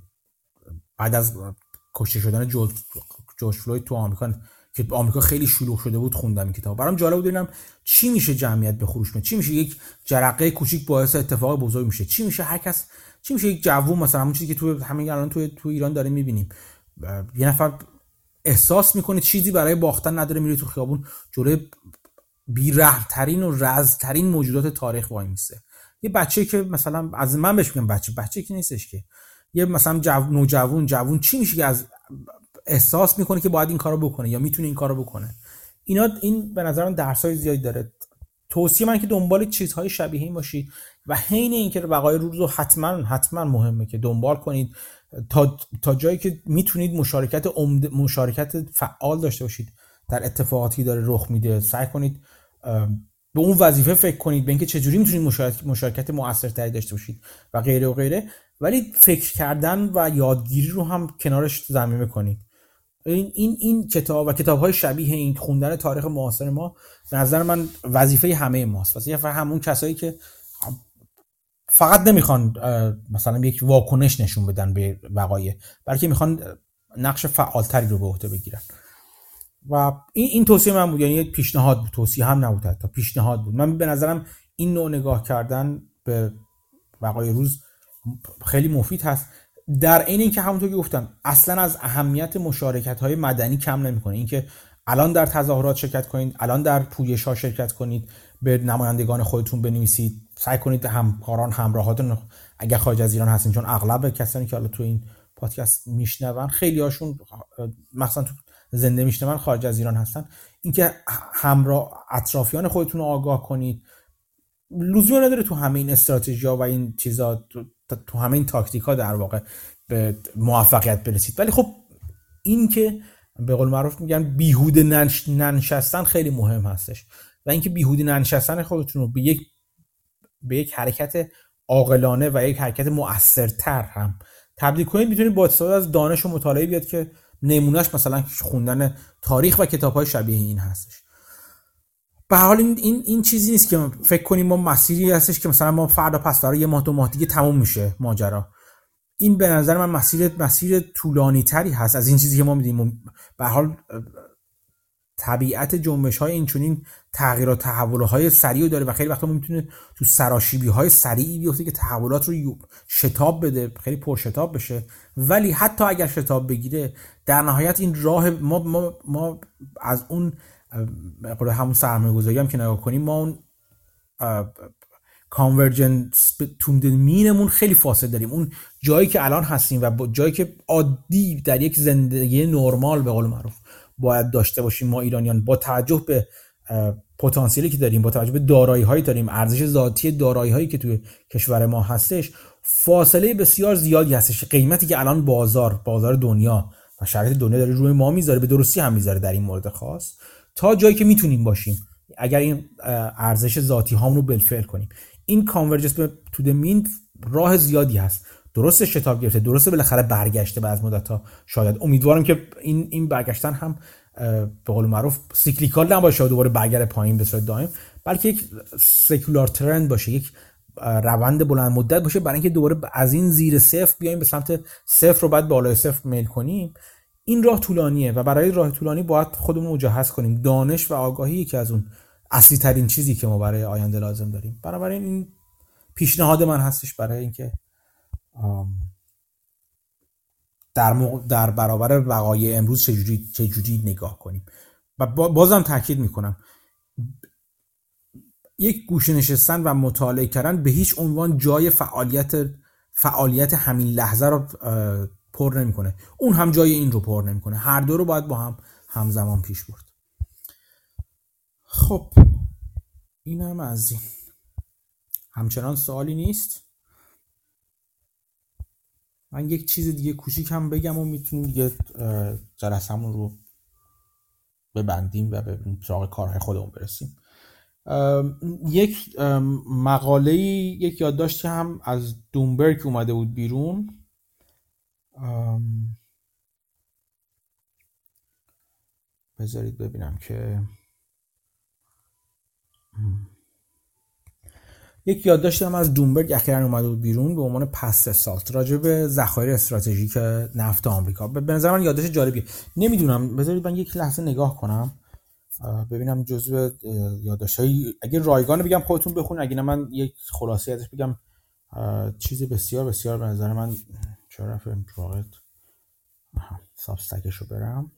بعد از کشته شدن جورج جورج فلوید تو آمریکا که آمریکا خیلی شلوغ شده بود خوندم این کتاب. برام جالب بود ببینم چی میشه جمعیت به خروش میاد، چی میشه یک جرقه کوچیک باعث اتفاق بزرگ میشه، چی میشه هر کس، چی میشه یک جوون مثلا همون چیزی که تو همین الان تو تو ایران داریم میبینیم، یه نفر احساس میکنه چیزی برای باختن نداره، میره تو خیابون جلوی بی‌رحم‌ترین و رذل‌ترین موجودات تاریخ وای میسه. یه بچه‌ای که مثلا از من بهش میگم بچه بچه که نیستش که، یه مثلا جو... نوجوان جوون چی میشه که از احساس میکنه که باید این کارو بکنه یا میتونه این کارو بکنه. اینا این به نظر من درسای زیادی داره. توصیه من که دنبال چیزهای شبیه این باشید و حین اینکه بقای روز رو حتما حتما مهمه که دنبال کنید تا تا جایی که میتونید مشارکت عمد... مشارکت فعال داشته باشید در اتفاقاتی داره رخ میده. سعی کنید به اون وظیفه فکر کنید، به اینکه چجوری میتونید مشارکت مشارکت موثرتری داشته باشید و غیره و غیره، ولی فکر کردن و یادگیری رو هم کنارش ضمیمه کنید. این این این کتاب و کتاب‌های شبیه این خوندن تاریخ معاصر ما به نظر من وظیفه همه ماست. واسه همون کسایی که فقط نمیخوان مثلا یک واکنش نشون بدن به وقایع، بلکه میخوان نقش فعالتری رو به عهده بگیرن. و این این توصیه من بود، یعنی یک پیشنهاد بود، توصیه هم نبود، حتی پیشنهاد بود. من به نظرم این نوع نگاه کردن به وقایع روز خیلی مفید هست، در عین اینکه همونطور که گفتم اصلا از اهمیت مشارکت‌های مدنی کم نمی‌کنه. اینکه الان در تظاهرات شرکت کنید، الان در پویش‌ها شرکت کنید، به نمایندگان خودتون بنویسید، سعی کنید همکاران همراهاتون اگر خارج از ایران هستین، چون اغلب کسانی که حالا تو این پادکست میشنون خیلی هاشون مثلا تو زنده میشنون خارج از ایران هستن، اینکه همراه اطرافیان خودتون رو آگاه کنید. لزومی نداره تو همه این استراتژی‌ها و این چیزا تو, تو همه این تاکتیک‌ها در واقع به موفقیت برسید، ولی خب این که به قول معروف میگن بیهوده ننش... ننشستن خیلی مهم هستش و اینکه بیهوده ننشستن خودتون رو به یک به یک حرکت عاقلانه و یک حرکت مؤثرتر هم تبدیل کنید، میتونید با استفاده از دانش و مطالعه بیاد که نمونهش مثلا خوندن تاریخ و کتاب‌های شبیه این هستش. به حال این این این چیزی نیست که فکر کنیم ما مسیری هستش که مثلا ما فردا پس فردا یه ماه دو ماه دیگه تموم میشه ماجرا. این به نظر من مسیر مسیر طولانی تری هست از این چیزی که ما می‌دیم. به حال طبیعت جنبش‌های این چنین تغییرات و تحول‌های سریع داره و خیلی وقتا میتونه تو سراشیبی‌های سریعی بیفته که تحولات رو شتاب بده، خیلی پرشتاب بشه، ولی حتی اگر شتاب بگیره در نهایت این راه ما ما, ما از اون به همون سرمایه‌گذاری هم که نگاه کنیم، ما اون کانورجنس تو مینمون خیلی فاصله داریم. اون جایی که الان هستیم و جایی که عادی در یک زندگی نرمال به قول معروف باید داشته باشیم ما ایرانیان، با توجه به پتانسیلی که داریم، با توجه به دارایی‌هایی داریم، ارزش ذاتی دارایی‌هایی که توی کشور ما هستش، فاصله بسیار زیادی هستش. قیمتی که الان بازار بازار دنیا و شرایط دنیا داره روی ما میذاره، به درستی هم میذاره در این مورد خاص، تا جایی که میتونیم باشیم اگر این ارزش ذاتی هامون رو بالفعل کنیم. این کانورجنس تو د مین راه زیادی هست، درسته شتاب گرفته، درسته بالاخره برگشته بعد از مدت‌ها. شاید امیدوارم که این این برگشتن هم به قول معروف سیکلیکال نباشه، دوباره برگره پایین به صورت دائم، بلکه یک سکولار ترند باشه، یک روند بلند مدت باشه، برای اینکه دوباره از این زیر صفر بیایم به سمت صفر رو بعد بالای صفر میل کنیم. این راه طولانیه و برای راه طولانی باید خودمون مجهز کنیم. دانش و آگاهی که از اون اصلی ترین چیزی که ما برای آینده لازم داریم. بنابراین این پیشنهاد من هستش برای اینکه در موقع در برابر وقایع امروز چجوری چجوری نگاه کنیم. و بازم تاکید میکنم یک گوشه نشستن و مطالعه کردن به هیچ عنوان جای فعالیت فعالیت همین لحظه رو پر نمیکنه، اون هم جای این رو پر نمیکنه. هر دو رو باید با هم همزمان پیش برد. خب این هم از این. همچنان سوالی نیست. من یک چیز دیگه کوچیک هم بگم و میتونیم دیگه جلسمون رو ببندیم و به سراغ کارهای خودمون برسیم. یک مقاله یک یادداشتی هم از دومبرگ اومده بود بیرون ام، بذارید ببینم که یک یادداشت دارم از دومبرگ اخیراً اومده بود بیرون به عنوان پست سالت راجع به ذخایر استراتژیک نفت آمریکا. به نظر من یادداشت جالبیه. نمیدونم، بذارید من یک لحظه نگاه کنم ببینم جزو یادداشت‌های اگه رایگان بگم خودتون بخونید، اگه نه من یک خلاصه ازش بگم. چیز بسیار بسیار به نظر من شرف واقعا سابستکش رو برم.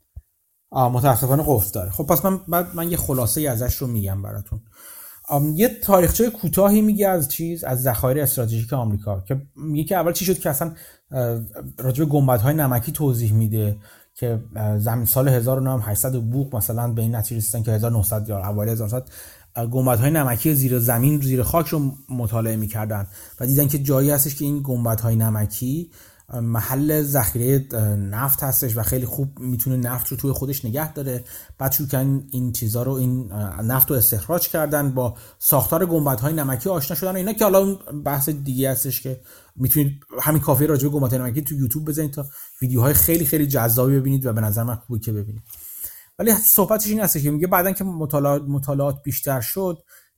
آه متاسفانه قفل داره. خب پس من بعد من یه خلاصه ازش رو میگم براتون. یه تاریخچه کوتاهی میگه از چیز از ذخایر استراتژیک آمریکا که میگه که اول چی شد که اصلا راجع به گنبدهای نمکی توضیح میده که زمین سال هزار و هشتصد بوق مثلا به این نتیجه رسیدن که هزار و نهصد یا اوایل هزار و نهصد گنبدهای نمکی زیر زمین زیر خاک رو مطالعه میکردن و دیدن که جایی هستش که این گنبدهای نمکی محل ذخیره نفت هستش و خیلی خوب میتونه نفت رو توی خودش نگه داره. بعد شروع کردن این چیزا رو این نفت رو استخراج کردن، با ساختار گنبدهای نمکی آشنا شدن. اینا که حالا بحث دیگه هستش که میتونید همین کافیه راجع به گنبدهای نمکی تو یوتیوب بزنید تا ویدیوهای خیلی خیلی جذابی ببینید و به نظر من خوبه که ببینید. ولی صحبتش این هست که میگه بعدن که مطالعات مطالعات بیشتر شد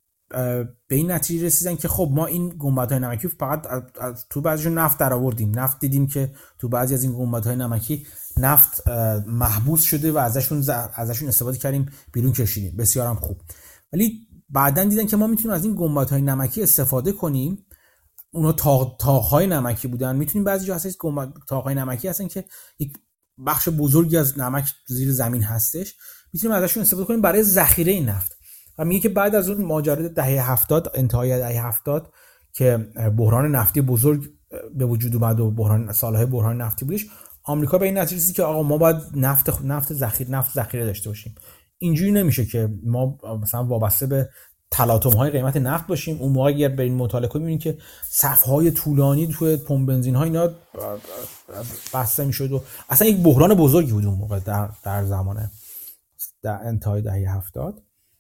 به این نتیجه رسیدن که خب ما این گنبدهای نمکی فقط از, از تو بعضیشون نفت در آوردیم، نفت دیدیم که تو بعضی از این گنبدهای نمکی نفت محبوس شده و ازشون ازشون استفاده کردیم، بیرون کشیدیم، بسیار هم خوب. ولی بعدن دیدن که ما میتونیم از این گنبدهای نمکی استفاده کنیم. اونا تاق تاقهای نمکی بودن، میتونیم بعضی جا هستش گنبد تاقهای نمکی هستن که یک بخش بزرگی از نمک زیر زمین هستش، میتونیم ازشون استفاده کنیم برای ذخیره نفت. و میگه که بعد از اون ماجرای دهه هفتاد، انتهای دهه هفتاد که بحران نفتی بزرگ به وجود اومد و بحران سالهای بحران نفتی بودش، آمریکا به این نتیجه رسید که آقا ما باید نفت نفت ذخیره نفت ذخیره داشته باشیم. اینجوری نمیشه که ما مثلا وابسته به تلاطم‌های قیمت نفت باشیم. اون موقع اگه برین مطالعه کنید می‌بینید که صف‌های طولانی توی پمپ بنزین‌ها اینا بسته می‌شد و اصلا یک بحران بزرگی بود اون موقع در در زمان در انتهای دهه هفتاد.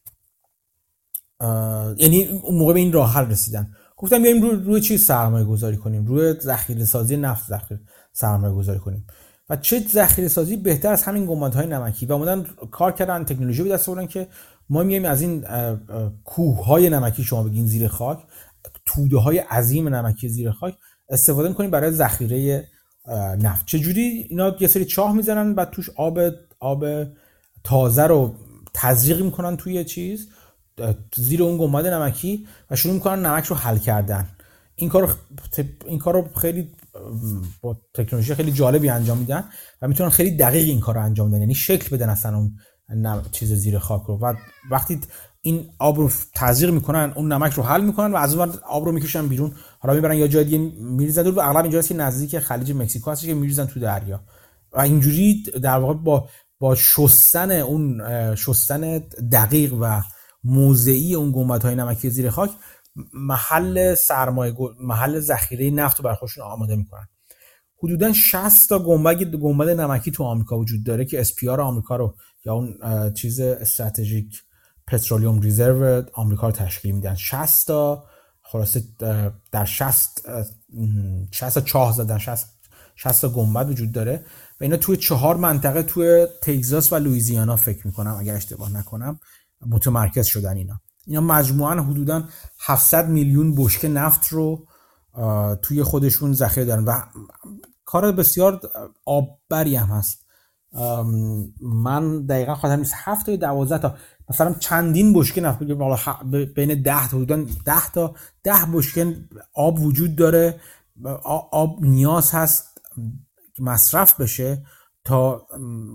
یعنی اون موقع به این راه حل رسیدن، گفتم بیایم روی روی چیز سرمایه گذاری کنیم، روی ذخیره سازی نفت ذخیره سرمایه گذاری کنیم. و چه ذخیره سازی بهتر از همین گنبدهای نمکی. و اومدن کار کردن، تکنولوژی به دست آوردن که ما میایم از این کوههای نمکی، شما بگین زیر خاک، توده های عظیم نمکی زیر خاک استفاده می‌کنیم برای ذخیره نفت. چه جوری؟ اینا یه سری چاه میزنن، بعد توش آب آب تازه رو تزریق میکنن توی چیز زیر اون گنبد نمکی و شروع میکنن نمک رو حل کردن. این کارو این کارو خیلی با تکنولوژی خیلی جالبی انجام میدن و میتونن خیلی دقیق این کارو انجام بدن، یعنی شکل بدن اصلا اون چیز زیر خاک رو. و وقتی این آب رو تزریق میکنن، اون نمک رو حل میکنن و از اون ور آب رو میکشن بیرون، حالا میبرن یا جای دیگه میریزن. و اغلب اینجاست که نزدیک خلیج مکزیکو هست که میریزن تو دریا و اینجوری در واقع با با شستن اون شستن دقیق و موضعی اون گنبدهای نمکی زیر خاک محل سرمایه محل ذخیره نفت رو برای خودشون آماده میکنن. حدوداً شصت تا گنبد گنبد نمکی تو آمریکا وجود داره که اس پی آر آمریکا رو یا اون چیز استراتژیک پترولیوم ریزرو آمریکا رو تشکیل میدن. شصت تا خلاصه در شصت شصت چاه زدن، شصت شصت تا گنبد وجود داره و اینا توی چهار منطقه توی تگزاس و لوئیزیانا فکر میکنم اگر اشتباه نکنم متمرکز شدن. اینا اینا مجموعاً حدوداً هفتصد میلیون بشکه نفت رو توی خودشون ذخیره دارن و کار بسیار آببری هم هست. من دقیقاً خاطرم نیست، هفت تا دوازده تا مثلا چندین بشکه نفت بین ده تا حدوداً ده تا ده بشکه آب وجود داره. آب نیاز هست مصرف بشه تا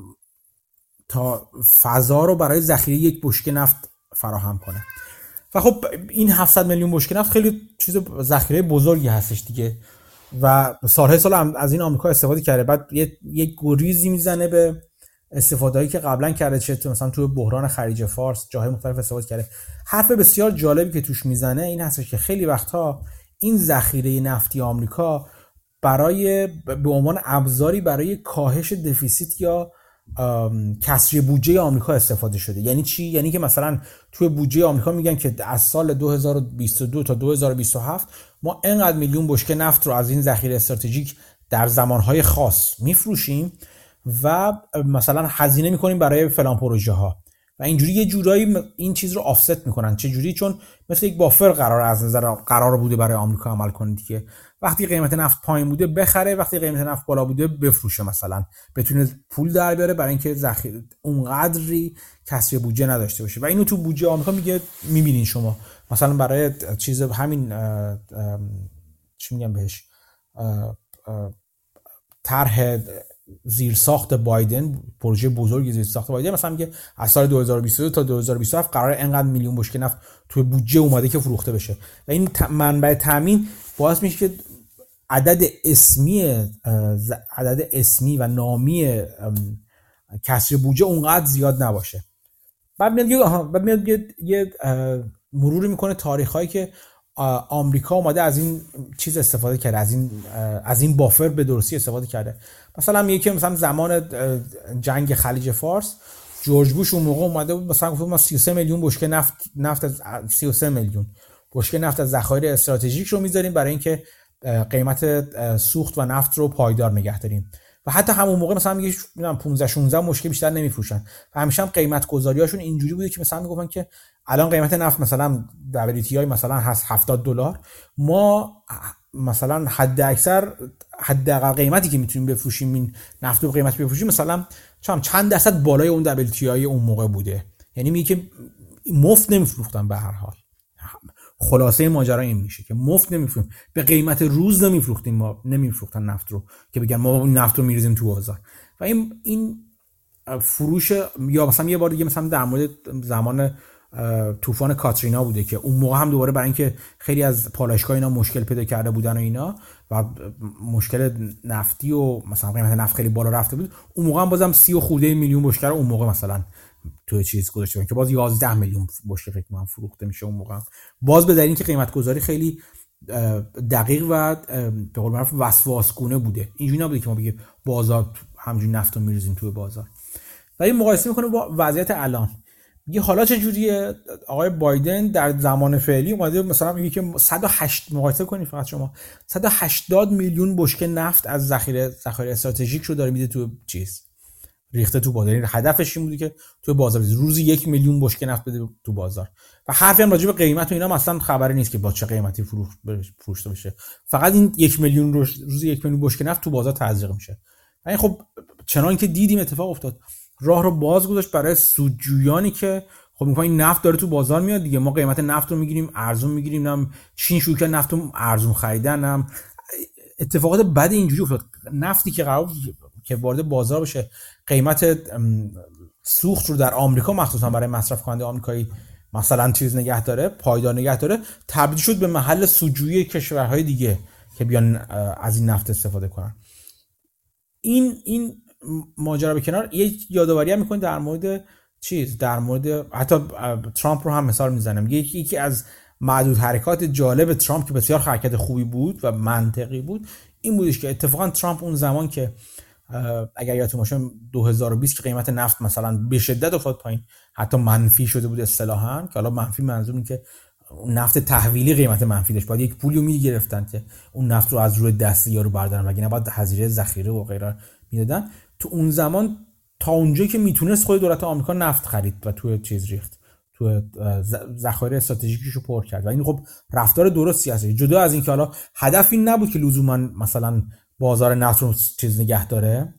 تا فضا رو برای ذخیره یک بشکه نفت فراهم کنه. و خب این هفتصد میلیون بشکه نفت خیلی چیز ذخیره بزرگی هستش دیگه و سالهای سال از این آمریکا استفاده کرده. بعد یک گریزی میزنه به استفادهایی که قبلا کرده، چه مثلا توی بحران خلیج فارس جاهای مختلف استفاده کرده. حرف بسیار جالبی که توش میزنه این هستش که خیلی وقتها این ذخیره نفتی آمریکا برای به عنوان ابزاری برای کاهش دفیسیت یا کسری بودجه آمریکا استفاده شده. یعنی چی؟ یعنی که مثلا توی بودجه آمریکا میگن که از سال دو هزار و بیست و دو تا دو هزار و بیست و هفت ما اینقدر میلیون بشکه نفت رو از این ذخیره استراتژیک در زمانهای خاص میفروشیم و مثلا هزینه میکنیم برای فلان پروژه ها و اینجوری یه جورایی این چیز رو آفست میکنن. چه جوری؟ چون مثل یک بافر قرار از نظر قرار بوده برای آمریکا عمل کنه دیگه. وقتی قیمت نفت پایین بوده بخره، وقتی قیمت نفت بالا بوده بفروشه، مثلا بتونه پول در بیاره برای اینکه ذخیره اونقدری کسری بودجه نداشته باشه. و اینو تو بودجه آمریکا میگه میبینین شما مثلا برای چیز همین چی میگم بهش طرح زیرساخت بایدن، پروژه بزرگ زیرساخت بایدن، مثلا میگه از سال دو هزار و بیست و دو تا دو هزار و بیست و هفت قرار اینقدر میلیون بشکه نفت توی بودجه اومده که فروخته بشه و این منبع تامین باعث میشه که عدد اسمی عدد اسمی و نامی کسری بودجه اونقدر زیاد نباشه. بعد میاد یه بعد میاد یه مروری میکنه تاریخایی که آمریکا اومده از این چیز استفاده کرده، از این از این بافر به درستی استفاده کرده. مثلا میگه که مثلا زمان جنگ خلیج فارس جورج بوش اون موقع اومده بود مثلا گفت ما سی و سه میلیون بشکه نفت نفت از سی و سه میلیون بشکه نفت از ذخایر استراتژیک رو میذاریم برای اینکه قیمت سوخت و نفت رو پایدار نگه داریم. و حتی همون موقع مثلا میگه پانزده شانزده بشکه بیشتر نمیفروشن و همیشه هم قیمت گذاریاشون اینجوری بوده که مثلا میگفتن که الان قیمت نفت مثلا دبلیو تی آی مثلا هست هفتاد دلار، ما مثلا حد اکثر حداقل قیمتی که میتونیم بفروشیم این نفت رو قیمت بفروشیم مثلا چند چند درصد بالای اون دبلیو تی آی اون موقع بوده. یعنی میگه که مفت نمیفروختن به هر حال. خلاصه ماجرا این میشه که مفت نمیفروختیم، به قیمت روز نمیفروختیم، ما نمیفروختن نفت رو که بگن ما این نفت رو میریزیم تو بازار. و این این فروش یا مثلا یه بار دیگه مثلا در مورد زمان طوفان کاترینا بوده که اون موقع هم دوباره برای اینکه خیلی از پالایشگاه اینا مشکل پیدا کرده بودن و اینا و مشکل نفتی و مثلا قیمت نفت خیلی بالا رفته بود، اون موقع هم بازم سی و خورده میلیون بشکه رو اون موقع مثلا تو چیز گذاشته بودن که باز یازده میلیون بشکه فکر کنم فروخته میشه اون موقع. باز به دلیل اینکه قیمت گذاری خیلی دقیق و به قول معروف وسواسگونه بوده، اینجوری نبوده که ما بگیم بازار همینجوری نفت رو میریزیم تو بازار. ولی مقایسه میکنه با وضعیت الان، میگه حالا چه جوریه؟ آقای بایدن در زمان فعلی اومده مثلا میگه که صد و هشت مقایسه کنید فقط شما صد و هشتاد میلیون بشکه نفت از ذخیره ذخایر استراتژیک رو داره میده تو چیز ریخته تو بازار. هدفش این بوده که تو بازار روزی یک میلیون بشکه نفت بده تو بازار و حرفی هم راجع به قیمت و اینا مثلا خبری نیست که با چه قیمتی فروخته بشه، فقط این یک میلیون روزی یک میلیون بشکه نفت تو بازار تزریق میشه. و این خب چنان که دیدیم اتفاق افتاد، راه رو باز گذاشت برای سودجویانی که خب میگن این نفت داره تو بازار میاد دیگه، ما قیمت نفت رو میگیریم ارزون میگیریم، نم چین شروع کرد نفت رو ارزون خریدن، هم اتفاقات بد اینجوری افتاد. نفتی که قرار که وارد بازار بشه قیمت سوخت رو در آمریکا مخصوصا برای مصرف کننده آمریکایی مثلا چیز نگه داره، پایدار نگه داره، تبدیل شد به محل سودجویی کشورهای دیگه که بیان از این نفت استفاده کنن. این این ماجرا به کنار، یک یادآوری هم میکنه در مورد چیز در مورد حتی ترامپ رو هم مثال میزنم. یکی یکی از معدود حرکات جالب ترامپ که بسیار حرکت خوبی بود و منطقی بود این بودش که اتفاقا ترامپ اون زمان که اگر یادتون باشه دو هزار و بیست که قیمت نفت مثلا به شدت افتاد پایین، حتی منفی شده بود اصطلاحاً، که حالا منفی منظور اینه که نفت تحویلی قیمت منفی داشت، باید یک پولی رو میگرفتن که اون نفت رو از روی دست یارو بردارن وگرنه بعد هزینه ذخیره و غیره میدادن. تو اون زمان تا اونجایی که میتونست خود دولت آمریکا نفت خرید و تو چیز ریخت، تو ذخایر استراتژیکیش رو پر کرد و این خب رفتار درستی هست. جدا از این که حالا هدف این نبود که لزوما مثلا بازار نفت رو چیز نگه داره،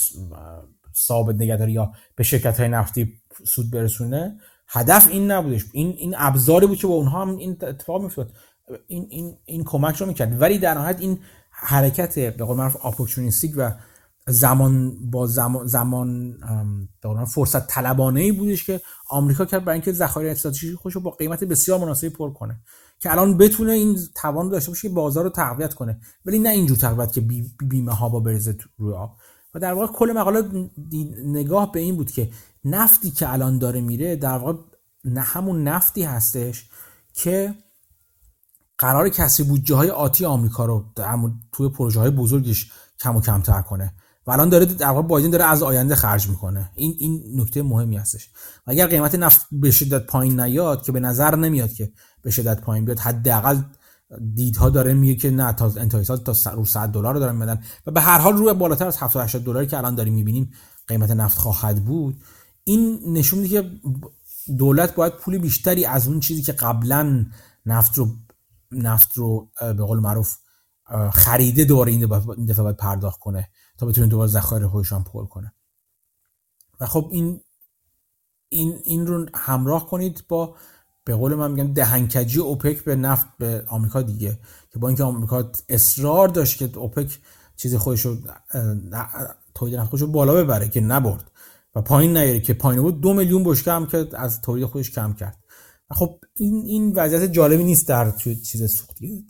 ثابت نگه داره یا به شرکت‌های نفتی سود برسونه، هدف این نبودش. این این ابزاری بود که با اونها هم این اتفاق میافتاد، این این این کمک رو میکرد. ولی در نهایت این حرکت به قول معروف اپورتونیستیک و زمان با زمان زمان به قول فرصت طلبانه‌ای بودش که آمریکا کرد برای اینکه ذخایر استراتژیک خودش رو با قیمت بسیار مناسبی پر کنه که الان بتونه این توان رو داشته باشه که بازار رو تقویت کنه، ولی نه اینجور تقویت که بی بیمه ها با بریزه روی آب. و در واقع کل مقاله نگاه به این بود که نفتی که الان داره میره در واقع نه همون نفتی هستش که قرار کسری بودجه های آتی آمریکا رو در توی پروژه های بزرگش کم و کمتر کنه و الان داره در واقع بایدن داره از آینده خرج میکنه. این این نکته مهمی هستش. و اگر قیمت نفت به شدت پایین نیاد که به نظر نمیاد که به شدت پایین بیاد، حداقل دیدها داره میگه که نه تا انتهای سال تا رو صد دلار رو دارن میدن و به هر حال روی بالاتر از هفتاد هشتاد دلاری که الان داریم میبینیم قیمت نفت خواهد بود. این نشون میده که دولت باید پول بیشتری از اون چیزی که قبلا نفت رو نفت رو به قول معروف خریده دوباره این دفعه باید پرداخت کنه تا بتونه دوباره ذخایر خودش رو پر کنه. و خب این این این رو همراه کنید با به قول من میگم دهنکجی اوپک به نفت به آمریکا دیگه، که با اینکه آمریکا اصرار داشت که اوپک چیز خودش رو تولید نفت خودش رو بالا ببره که نبرد و پایین نیاره که پایین بود، دو میلیون بشکه هم که از تولید خودش کم کرد. خب این این وضعیت جالبی نیست در چیز سوختی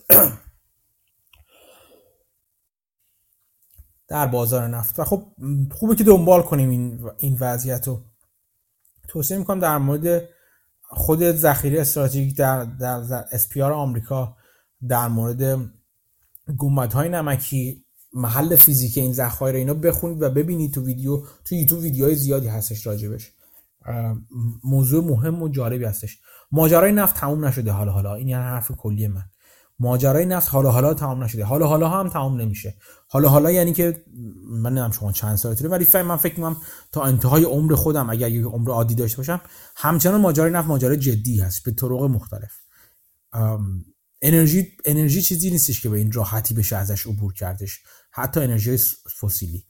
در بازار نفت و خب خوبه که دنبال کنیم این این وضعیت رو. توصیه میکنم در مورد خود ذخیره استراتژیک در در, در اس پی آر آمریکا، در مورد گنبدهای نمکی، محل فیزیک این ذخایر اینا بخونید و ببینید. تو ویدیو تو یوتیوب ویدیوهای زیادی هستش راجبش، موضوع مهم و جالبی هستش. ماجرای نفت تموم نشده حالا حالا، این یعنی حرف کلی من. ماجرای نفت حالا حالا تمام نشده، حالا حالا هم تمام نمیشه. حالا حالا یعنی که من نمیدونم شما چند سالتونه، ولی فهم من فکر می‌کنم تا انتهای عمر خودم اگر یک عمر عادی داشته باشم همچنان ماجرای نفت ماجرای جدی هست به طرق مختلف. انرژی انرژی چیزی نیستش که به این راحتی بشه ازش عبور کردش، حتی انرژی فسیلی.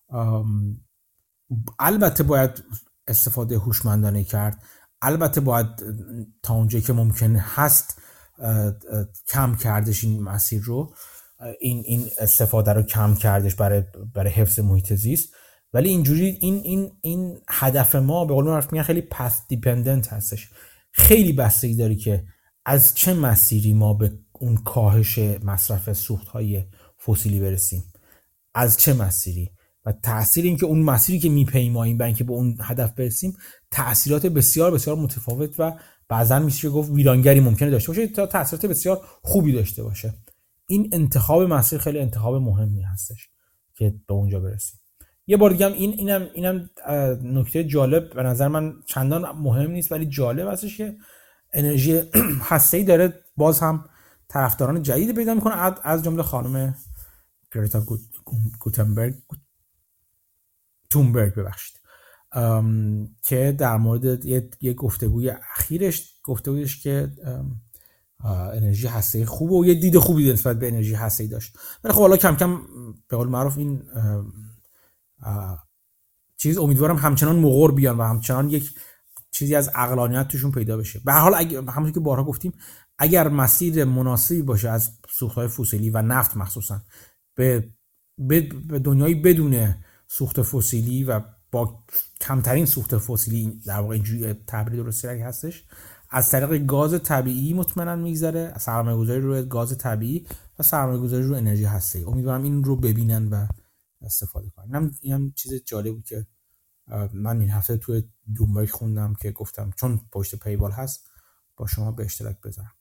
البته باید استفاده هوشمندانه کرد، البته باید تا اونجایی که ممکن هست کم کردش این مسیر رو، این این استفاده رو کم کردش برای برای حفظ محیط زیست. ولی اینجوری این این این هدف ما به قول معروف میگن خیلی پث دیپندنت هستش، خیلی بستگی داره که از چه مسیری ما به اون کاهش مصرف سوخت‌های فسیلی برسیم، از چه مسیری و تأثیر این که اون مسیری که میپیماییم برای اینکه به اون هدف برسیم تأثیرات بسیار بسیار متفاوت و بعضا میشه گفت ویرانگری ممکنه داشته باشه تا تأثیرات بسیار خوبی داشته باشه. این انتخاب مسیر خیلی انتخاب مهمی هستش که به اونجا برسیم. یه بار دیگه هم این اینم اینم نکته جالب به نظر من چندان مهم نیست ولی جالب هستش که انرژی هسته‌ای داره باز هم طرفداران جدید پیدا میکنه، از جمله خانم گرتا گوتنبرگ تونبرگ ببخشید که در مورد یه, یه گفتگوی اخیرش گفته بودش که انرژی هسته‌ای خوبه و یه دید خوبی نسبت به انرژی هسته‌ای داشت. ولی خب حالا کم کم به قول معروف این اه اه چیز امیدوارم همچنان مغور بیان و همچنان یک چیزی از عقلانیت توشون پیدا بشه. به هر حال همونطور که بارها گفتیم اگر مسیر مناسبی باشه از سوخت‌های فسیلی و نفت مخصوصا به به دنیایی بدون سوخت فسیلی و با کمترین سوخت فسیلی، در واقع اینجوری تعبیر درستی هستش، از طریق گاز طبیعی مطمئنا میگذره، سرمایه‌گذاری روی گاز طبیعی و سرمایه‌گذاری روی انرژی هسته‌ای. امیدوارم این رو ببینن و استفاده کنن. اینم اینم چیز جالبی بود که من این هفته توی دومبرگ خوندم که گفتم چون پشت پیوال هست با شما به اشتراک بذارم.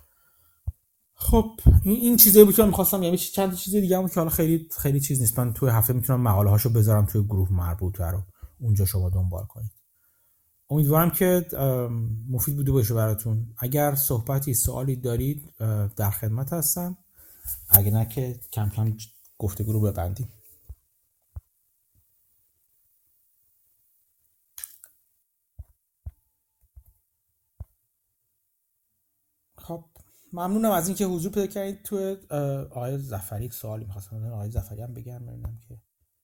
خب این این چیزایی بود که من می‌خواستم، یعنی چند تا چیز دیگه هم که حالا خیلی خیلی چیز نیست، من توی هفته میتونم مقاله هاشو بذارم توی گروه مربوطه رو اونجا شما دنبال کنید. امیدوارم که مفید بوده باشه براتون. اگر صحبتی سوالی دارید در خدمت هستم، اگه نه که کم کم گفتگو رو ببندیم. خب ممنونم از اینکه حضور پیدا کردید. تو آقای ظفری سوالی می‌خواستم آقای ظفری هم بگم ببینم که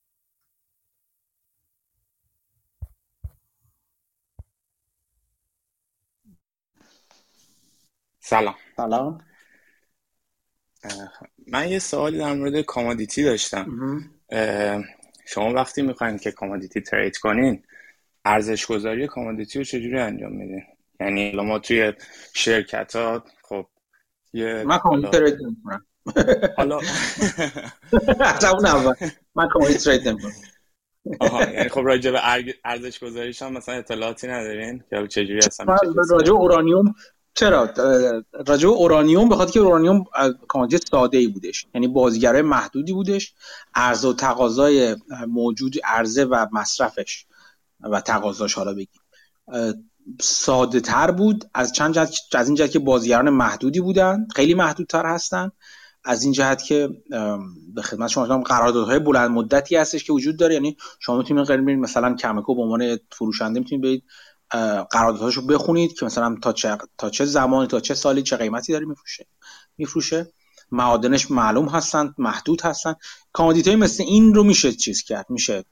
سلام. سلام. من یه سوالی در مورد کامادیتی داشتم. شما وقتی میخواین که کامادیتی ترید کنین ارزش گذاری کامادیتی رو چجوری انجام میدین؟ یعنی الان ما توی شرکت ها خب یه من کامادیتی ترید نمی‌کنم. حالا از اون اول من کامادیتی ترید نمی‌کنم. آها، یعنی خب راجع به ارزش گذاریش هم مثلا اطلاعاتی ندارین که چجوری اصلا راجع به اورانیوم؟ چرا راجع به اورانیوم؟ بخاطر که اورانیوم کامادیتی ساده‌ای بودش، یعنی بازیگرای محدودی بودش، عرضه و تقاضای موجود، عرضه و مصرفش و تقاضاش حالا بگیم ساده تر بود از چند جهت، از این جهت که بازیگران محدودی بودن، خیلی محدودتر هستن، از این جهت که به خدمت شما گفتم قراردادهای بلند مدتی هستش که وجود داره. یعنی شما میتونید برید مثلا کمکو به عنوان فروشنده میتونید برید قراردادهاشو بخونید که مثلا تا چه تا چه زمانی تا چه سالی چه قیمتی داره میفروشه میفروشه معادنش معلوم هستن، محدود هستن. کامودیتی مثل این رو میشه چیز کرد، میشه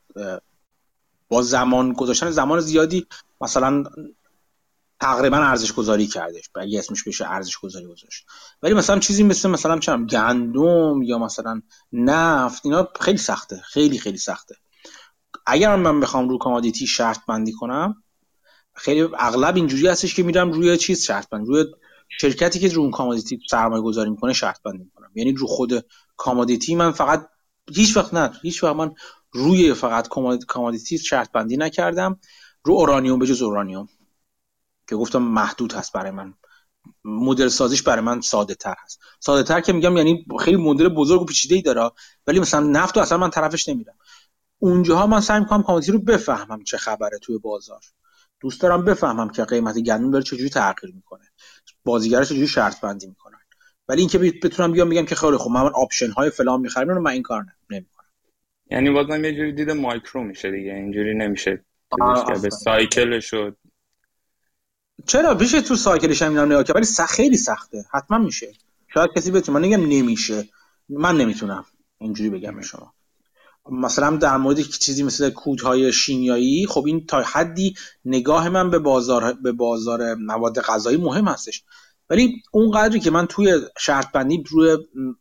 با زمان گذاشتن زمان زیادی مثلا تقریبا ارزش گذاری کردش، اگه اسمش بشه ارزش گذاری گذاشت. ولی مثلا چیزی مثل مثلا چه گندم یا مثلا نفت، اینا خیلی سخته، خیلی خیلی سخته. اگر من بخوام رو کامودیتی شرط بندی کنم، خیلی اغلب اینجوری هستش که میرم روی چیز شرط بندی، روی شرکتی که رو کامودیتی سرمایه گذاری میکنه شرط بندی میکنم. یعنی رو خود کامودیتی من فقط هیچ وقت نه هیچ وقت من روی فقط کامودیتی شرط بندی نکردم، رو اورانیوم به جز اورانیوم که گفتم محدود هست برای من، مدل سازیش برای من ساده تر هست. ساده تر که میگم یعنی خیلی مدل بزرگ و پیچیده‌ای داره، ولی مثلا نفت رو اصلا من طرفش نمیرم. اونجاها من سعی میکنم کامودیتی رو بفهمم چه خبره توی بازار، دوست دارم بفهمم که قیمت گندم داره چجوری تغییر میکنه، بازیگرا چجوری شرط بندی میکنن. ولی اینکه بتونم بیام بگم که خیلی خوب من آپشن های فلان میخرم، رو من این کار نمیکنم. یعنی بازم یه جوری دید مایکرو میشه دیگه، اینجوری نمیشه که به سایکلش و چرا بشه تو سایکلش هم نگاه کنم، ولی سخت خیلی سخته، حتما میشه. شاید کسی بتونه، من نمیگم نمیشه، من نمیتونم اینجوری بگم به شما. مثلا در مورد چیزی مثل کودهای شیمیایی، خب این تا حدی نگاه من به بازار به بازار مواد غذایی مهم هستش، ولی اون قدری که من توی شرط بندی روی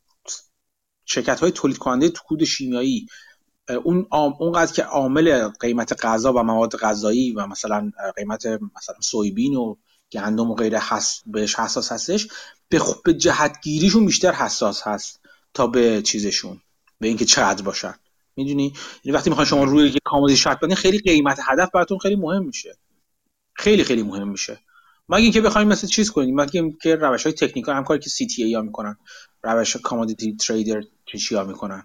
شرکت‌های تولید کننده کود شیمیایی اون اون قدر که عامل قیمت غذا و مواد غذایی و مثلا قیمت مثلا سویابین و گندم و غیره هست بهش حساس هستش، به خب به جهتگیریشون بیشتر حساس هست تا به چیزشون، به اینکه چقدر باشن. میدونی یعنی وقتی میخوای شما روی یک کامودیتی شرط بندی، خیلی قیمت هدف براتون خیلی مهم میشه، خیلی خیلی مهم میشه. مگه اینکه بخوایم مثلا چیز کنیم، مگه اینکه روش‌های تکنیکال همکاری که سی تی ای ها میکنن، روش کامودیتی تریدر چیا میکنن،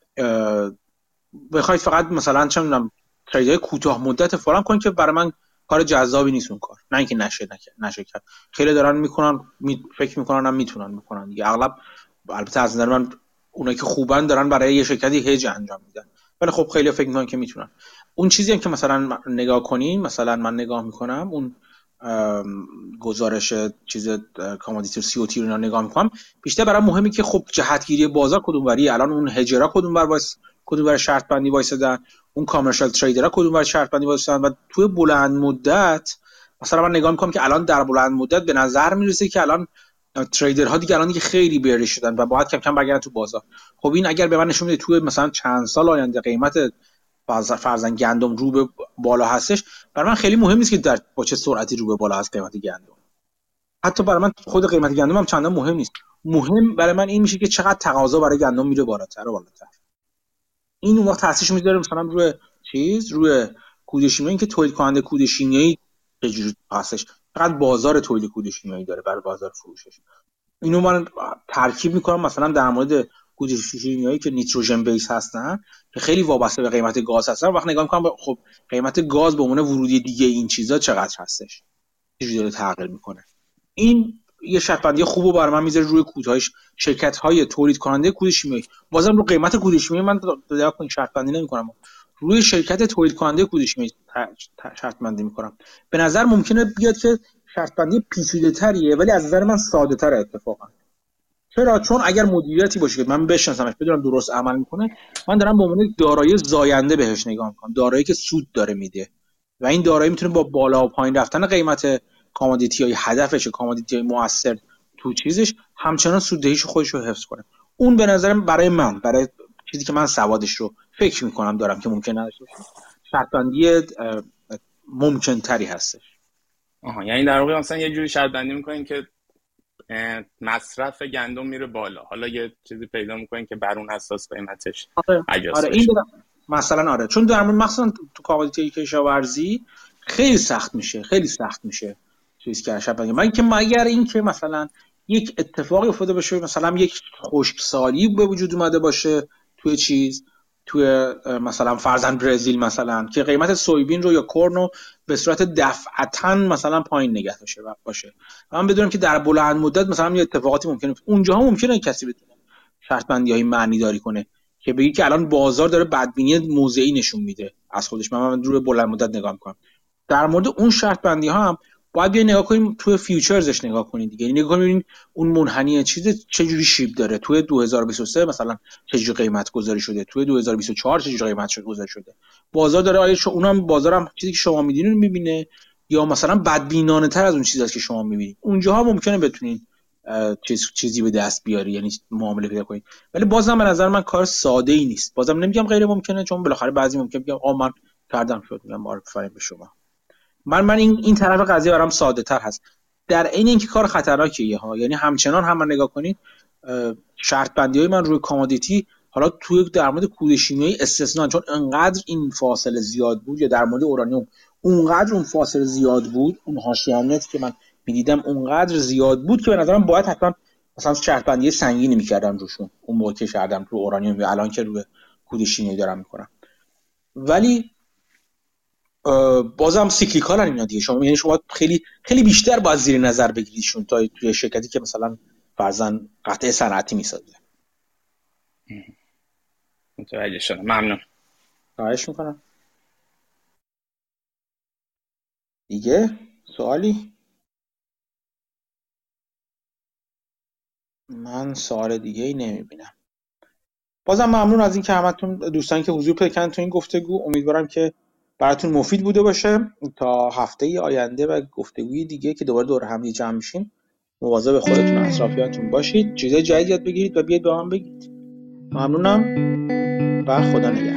بخواید فقط مثلا چه میدونم تریدهای کوتاه مدت فلان کنید که برای من کار جذابی نیست اون کار، نه اینکه نشه نشه نشه کرد. خیلی دارن میکنن، می فکر میکنن هم میتونن بکنن دیگه. اغلب البته از نظر من اونایی که خوبن دارن برای یه شرکتی هج انجام میدن، ولی خب خیلی فکر میکنن که میتونن. اون چیزی هم که مثلا نگاه کنین، مثلا من نگاه میکنم اون گزارش چیز کامودیتی سی او تی رو نگاه میکنم، بیشتر برام مهمه که خب جهتگیری بازار کدوم وری، الان اون هجرا کدوم ور وایس کدوم ور شرط بندی وایسادن، اون کامرشال تریدرها کدوم ور شرط بندی وایسادن، و توی بلند مدت مثلا من نگاه میکنم که الان در بلند مدت به نظر میرسه که الان تریدرها دیگه الان دیگه خیلی بیاری شدن و باید کم کم برگردن تو بازار. خب این اگر به من نشون میده توی مثلا چند سال آینده قیمت فرضاً گندم رو به بالا هستش، برای من خیلی مهم نیست که در با چه سرعتی رو به بالا هست قیمت گندم. حتی برای من خود قیمت گندم هم چندان مهم نیست، مهم برای من این میشه که چقدر تقاضا برای گندم میره بالاتر و بالاتر. این اون وقت تاثیرش میذاره مثلا روی چیز، روی کود شیمیایی، که تولید کننده کود شیمیایی چجوری هستش، چقدر بازار تولید کود شیمیایی داره برای بازار فروشش. اینو من ترکیب میکنم مثلا در مورد کود شیمیایی که نیتروژن بیس هستن که خیلی وابسته به قیمت گاز هستن، وقت نگاه میکنم خب قیمت گاز به عنوان ورودی دیگه این چیزا چقدر هستش، چجوری داره تغییر میکنه. این یه شرط بندی خوبو برای من میذاره روی کودهای شرکت‌های تولید کننده کود شیمیایی. بازم رو قیمت کود شیمیایی من دقیقاً این شرط بندی نمی‌کنم، روی شرکت تولید کننده کود شیمیایی شرط بندی می‌کنم. به نظر ممکنه بیاد که شرط بندی پیچیده‌تریه، ولی از نظر من ساده‌تره اتفاقا. چرا؟ چون اگر مدیریتی باشه که من بشناسمش بدونم درست عمل می‌کنه، من دارم به عنوان دارایی زاینده بهش نگاه می‌کنم، دارایی که سود داره میده، و این دارایی میتونه با بالا و پایین رفتن قیمت کامودیتی های هدفش، کامودیتی های مؤثر تو چیزش، همچنان سوددهیش خودش رو حفظ کنه. اون به نظرم برای من، برای چیزی که من سوادش رو فکر میکنم دارم که ممکن نداشته باشه، شرط بندی ممکن تری هستش. آها، یعنی در واقع مثلا یه جوری شرط بندی میکنین که مصرف گندم میره بالا، حالا یه چیزی پیدا میکنین که بر اون اساس قیمتش آره, آره این مثلا آره، چون در مورد مثلا تو کامودیتی کشاورزی خیلی سخت میشه، خیلی سخت میشه چیز که شب بگم. من که مگر این که مثلا یک اتفاقی افتاده باشه، مثلا یک خشکسالی به وجود اومده باشه توی چیز، توی مثلا فرضاً برزیل مثلا که قیمت سویابین رو یا کورن رو به صورت دفعتاً مثلا پایین نگه داشته باشه. من بدونم که در بلند مدت مثلا یه اتفاقاتی ممکنه اونجاها ممکنه کسی بتونه شرط بندی‌های معنی داری کنه که بگی که الان بازار داره بدبینی موضعی نشون میده از خودش. من من رو بلند مدت نگاه میکنم. در مورد اون شرط بندی ها هم باید بیاین نگاه کنیم توی فیوچرزش نگاه کنید دیگه. یعنی نگاه کنید اون منحنی چیز چه جوری شیب داره، توی دو هزار و بیست و سه مثلا چه جوری قیمت گذاری شده، توی دو هزار و بیست و چهار چه جوری قیمت گذاری شده. بازار داره آیا اونم بازارم چیزی که شما می‌بینید رو می‌بینه یا مثلا بدبینانه تر از اون چیزاست که شما می‌بینید. اونجاها ممکنه بتونید چیز چیزی به دست بیاری، یعنی معامله پیدا کنید. ولی بازم به نظر من کار ساده‌ای نیست. بازم نمیگم غیر ممکنه، چون بالاخره بعضی ممکنه بگم آ من کردم شد، میگم معرفی به شما. من من این این طرف قضیه برام ساده تر هست. در عین اینکه کار خطرناکیه ها، یعنی همچنان هم من نگاه کنید شرط بندی های من روی کامودیتی حالا توی در مورد کود شیمیایی استثنا، چون انقدر این فاصله زیاد بود، یا در مورد اورانیوم اونقدر اون فاصله زیاد بود، اون حاشیه‌نتی که من می‌دیدم اونقدر زیاد بود که به نظرم باید حتما مثلا شرط بندی سنگینی می‌کردم روشون اون موقع که کردم رو اورانیوم یا الان که روی کود شیمیایی دارم می‌کنم. ولی بازم سیکلیکال ان اینا دیگه. شما یعنی شما خیلی خیلی بیشتر باید زیر نظر بگیریدشون تا توی شرکتی که مثلا فرضاً قطعه صنعتی میسازه. متوجه شدم، ممنون. خواهش میکنم. دیگه سوالی؟ من سوال دیگه ای نمیبینم. بازم ممنون از این که همتون دوستان که حضور پیدا کردن تو این گفتگو. امیدوارم که براتون مفید بوده باشه. تا هفته آینده و گفتگوی دیگه که دوباره دور هم جمع میشیم، مواظب خودتون و اطرافیانتون باشید. چیزای جدید یاد بگیرید و بیاید به من بگید. ممنونم و خدا نگهدار.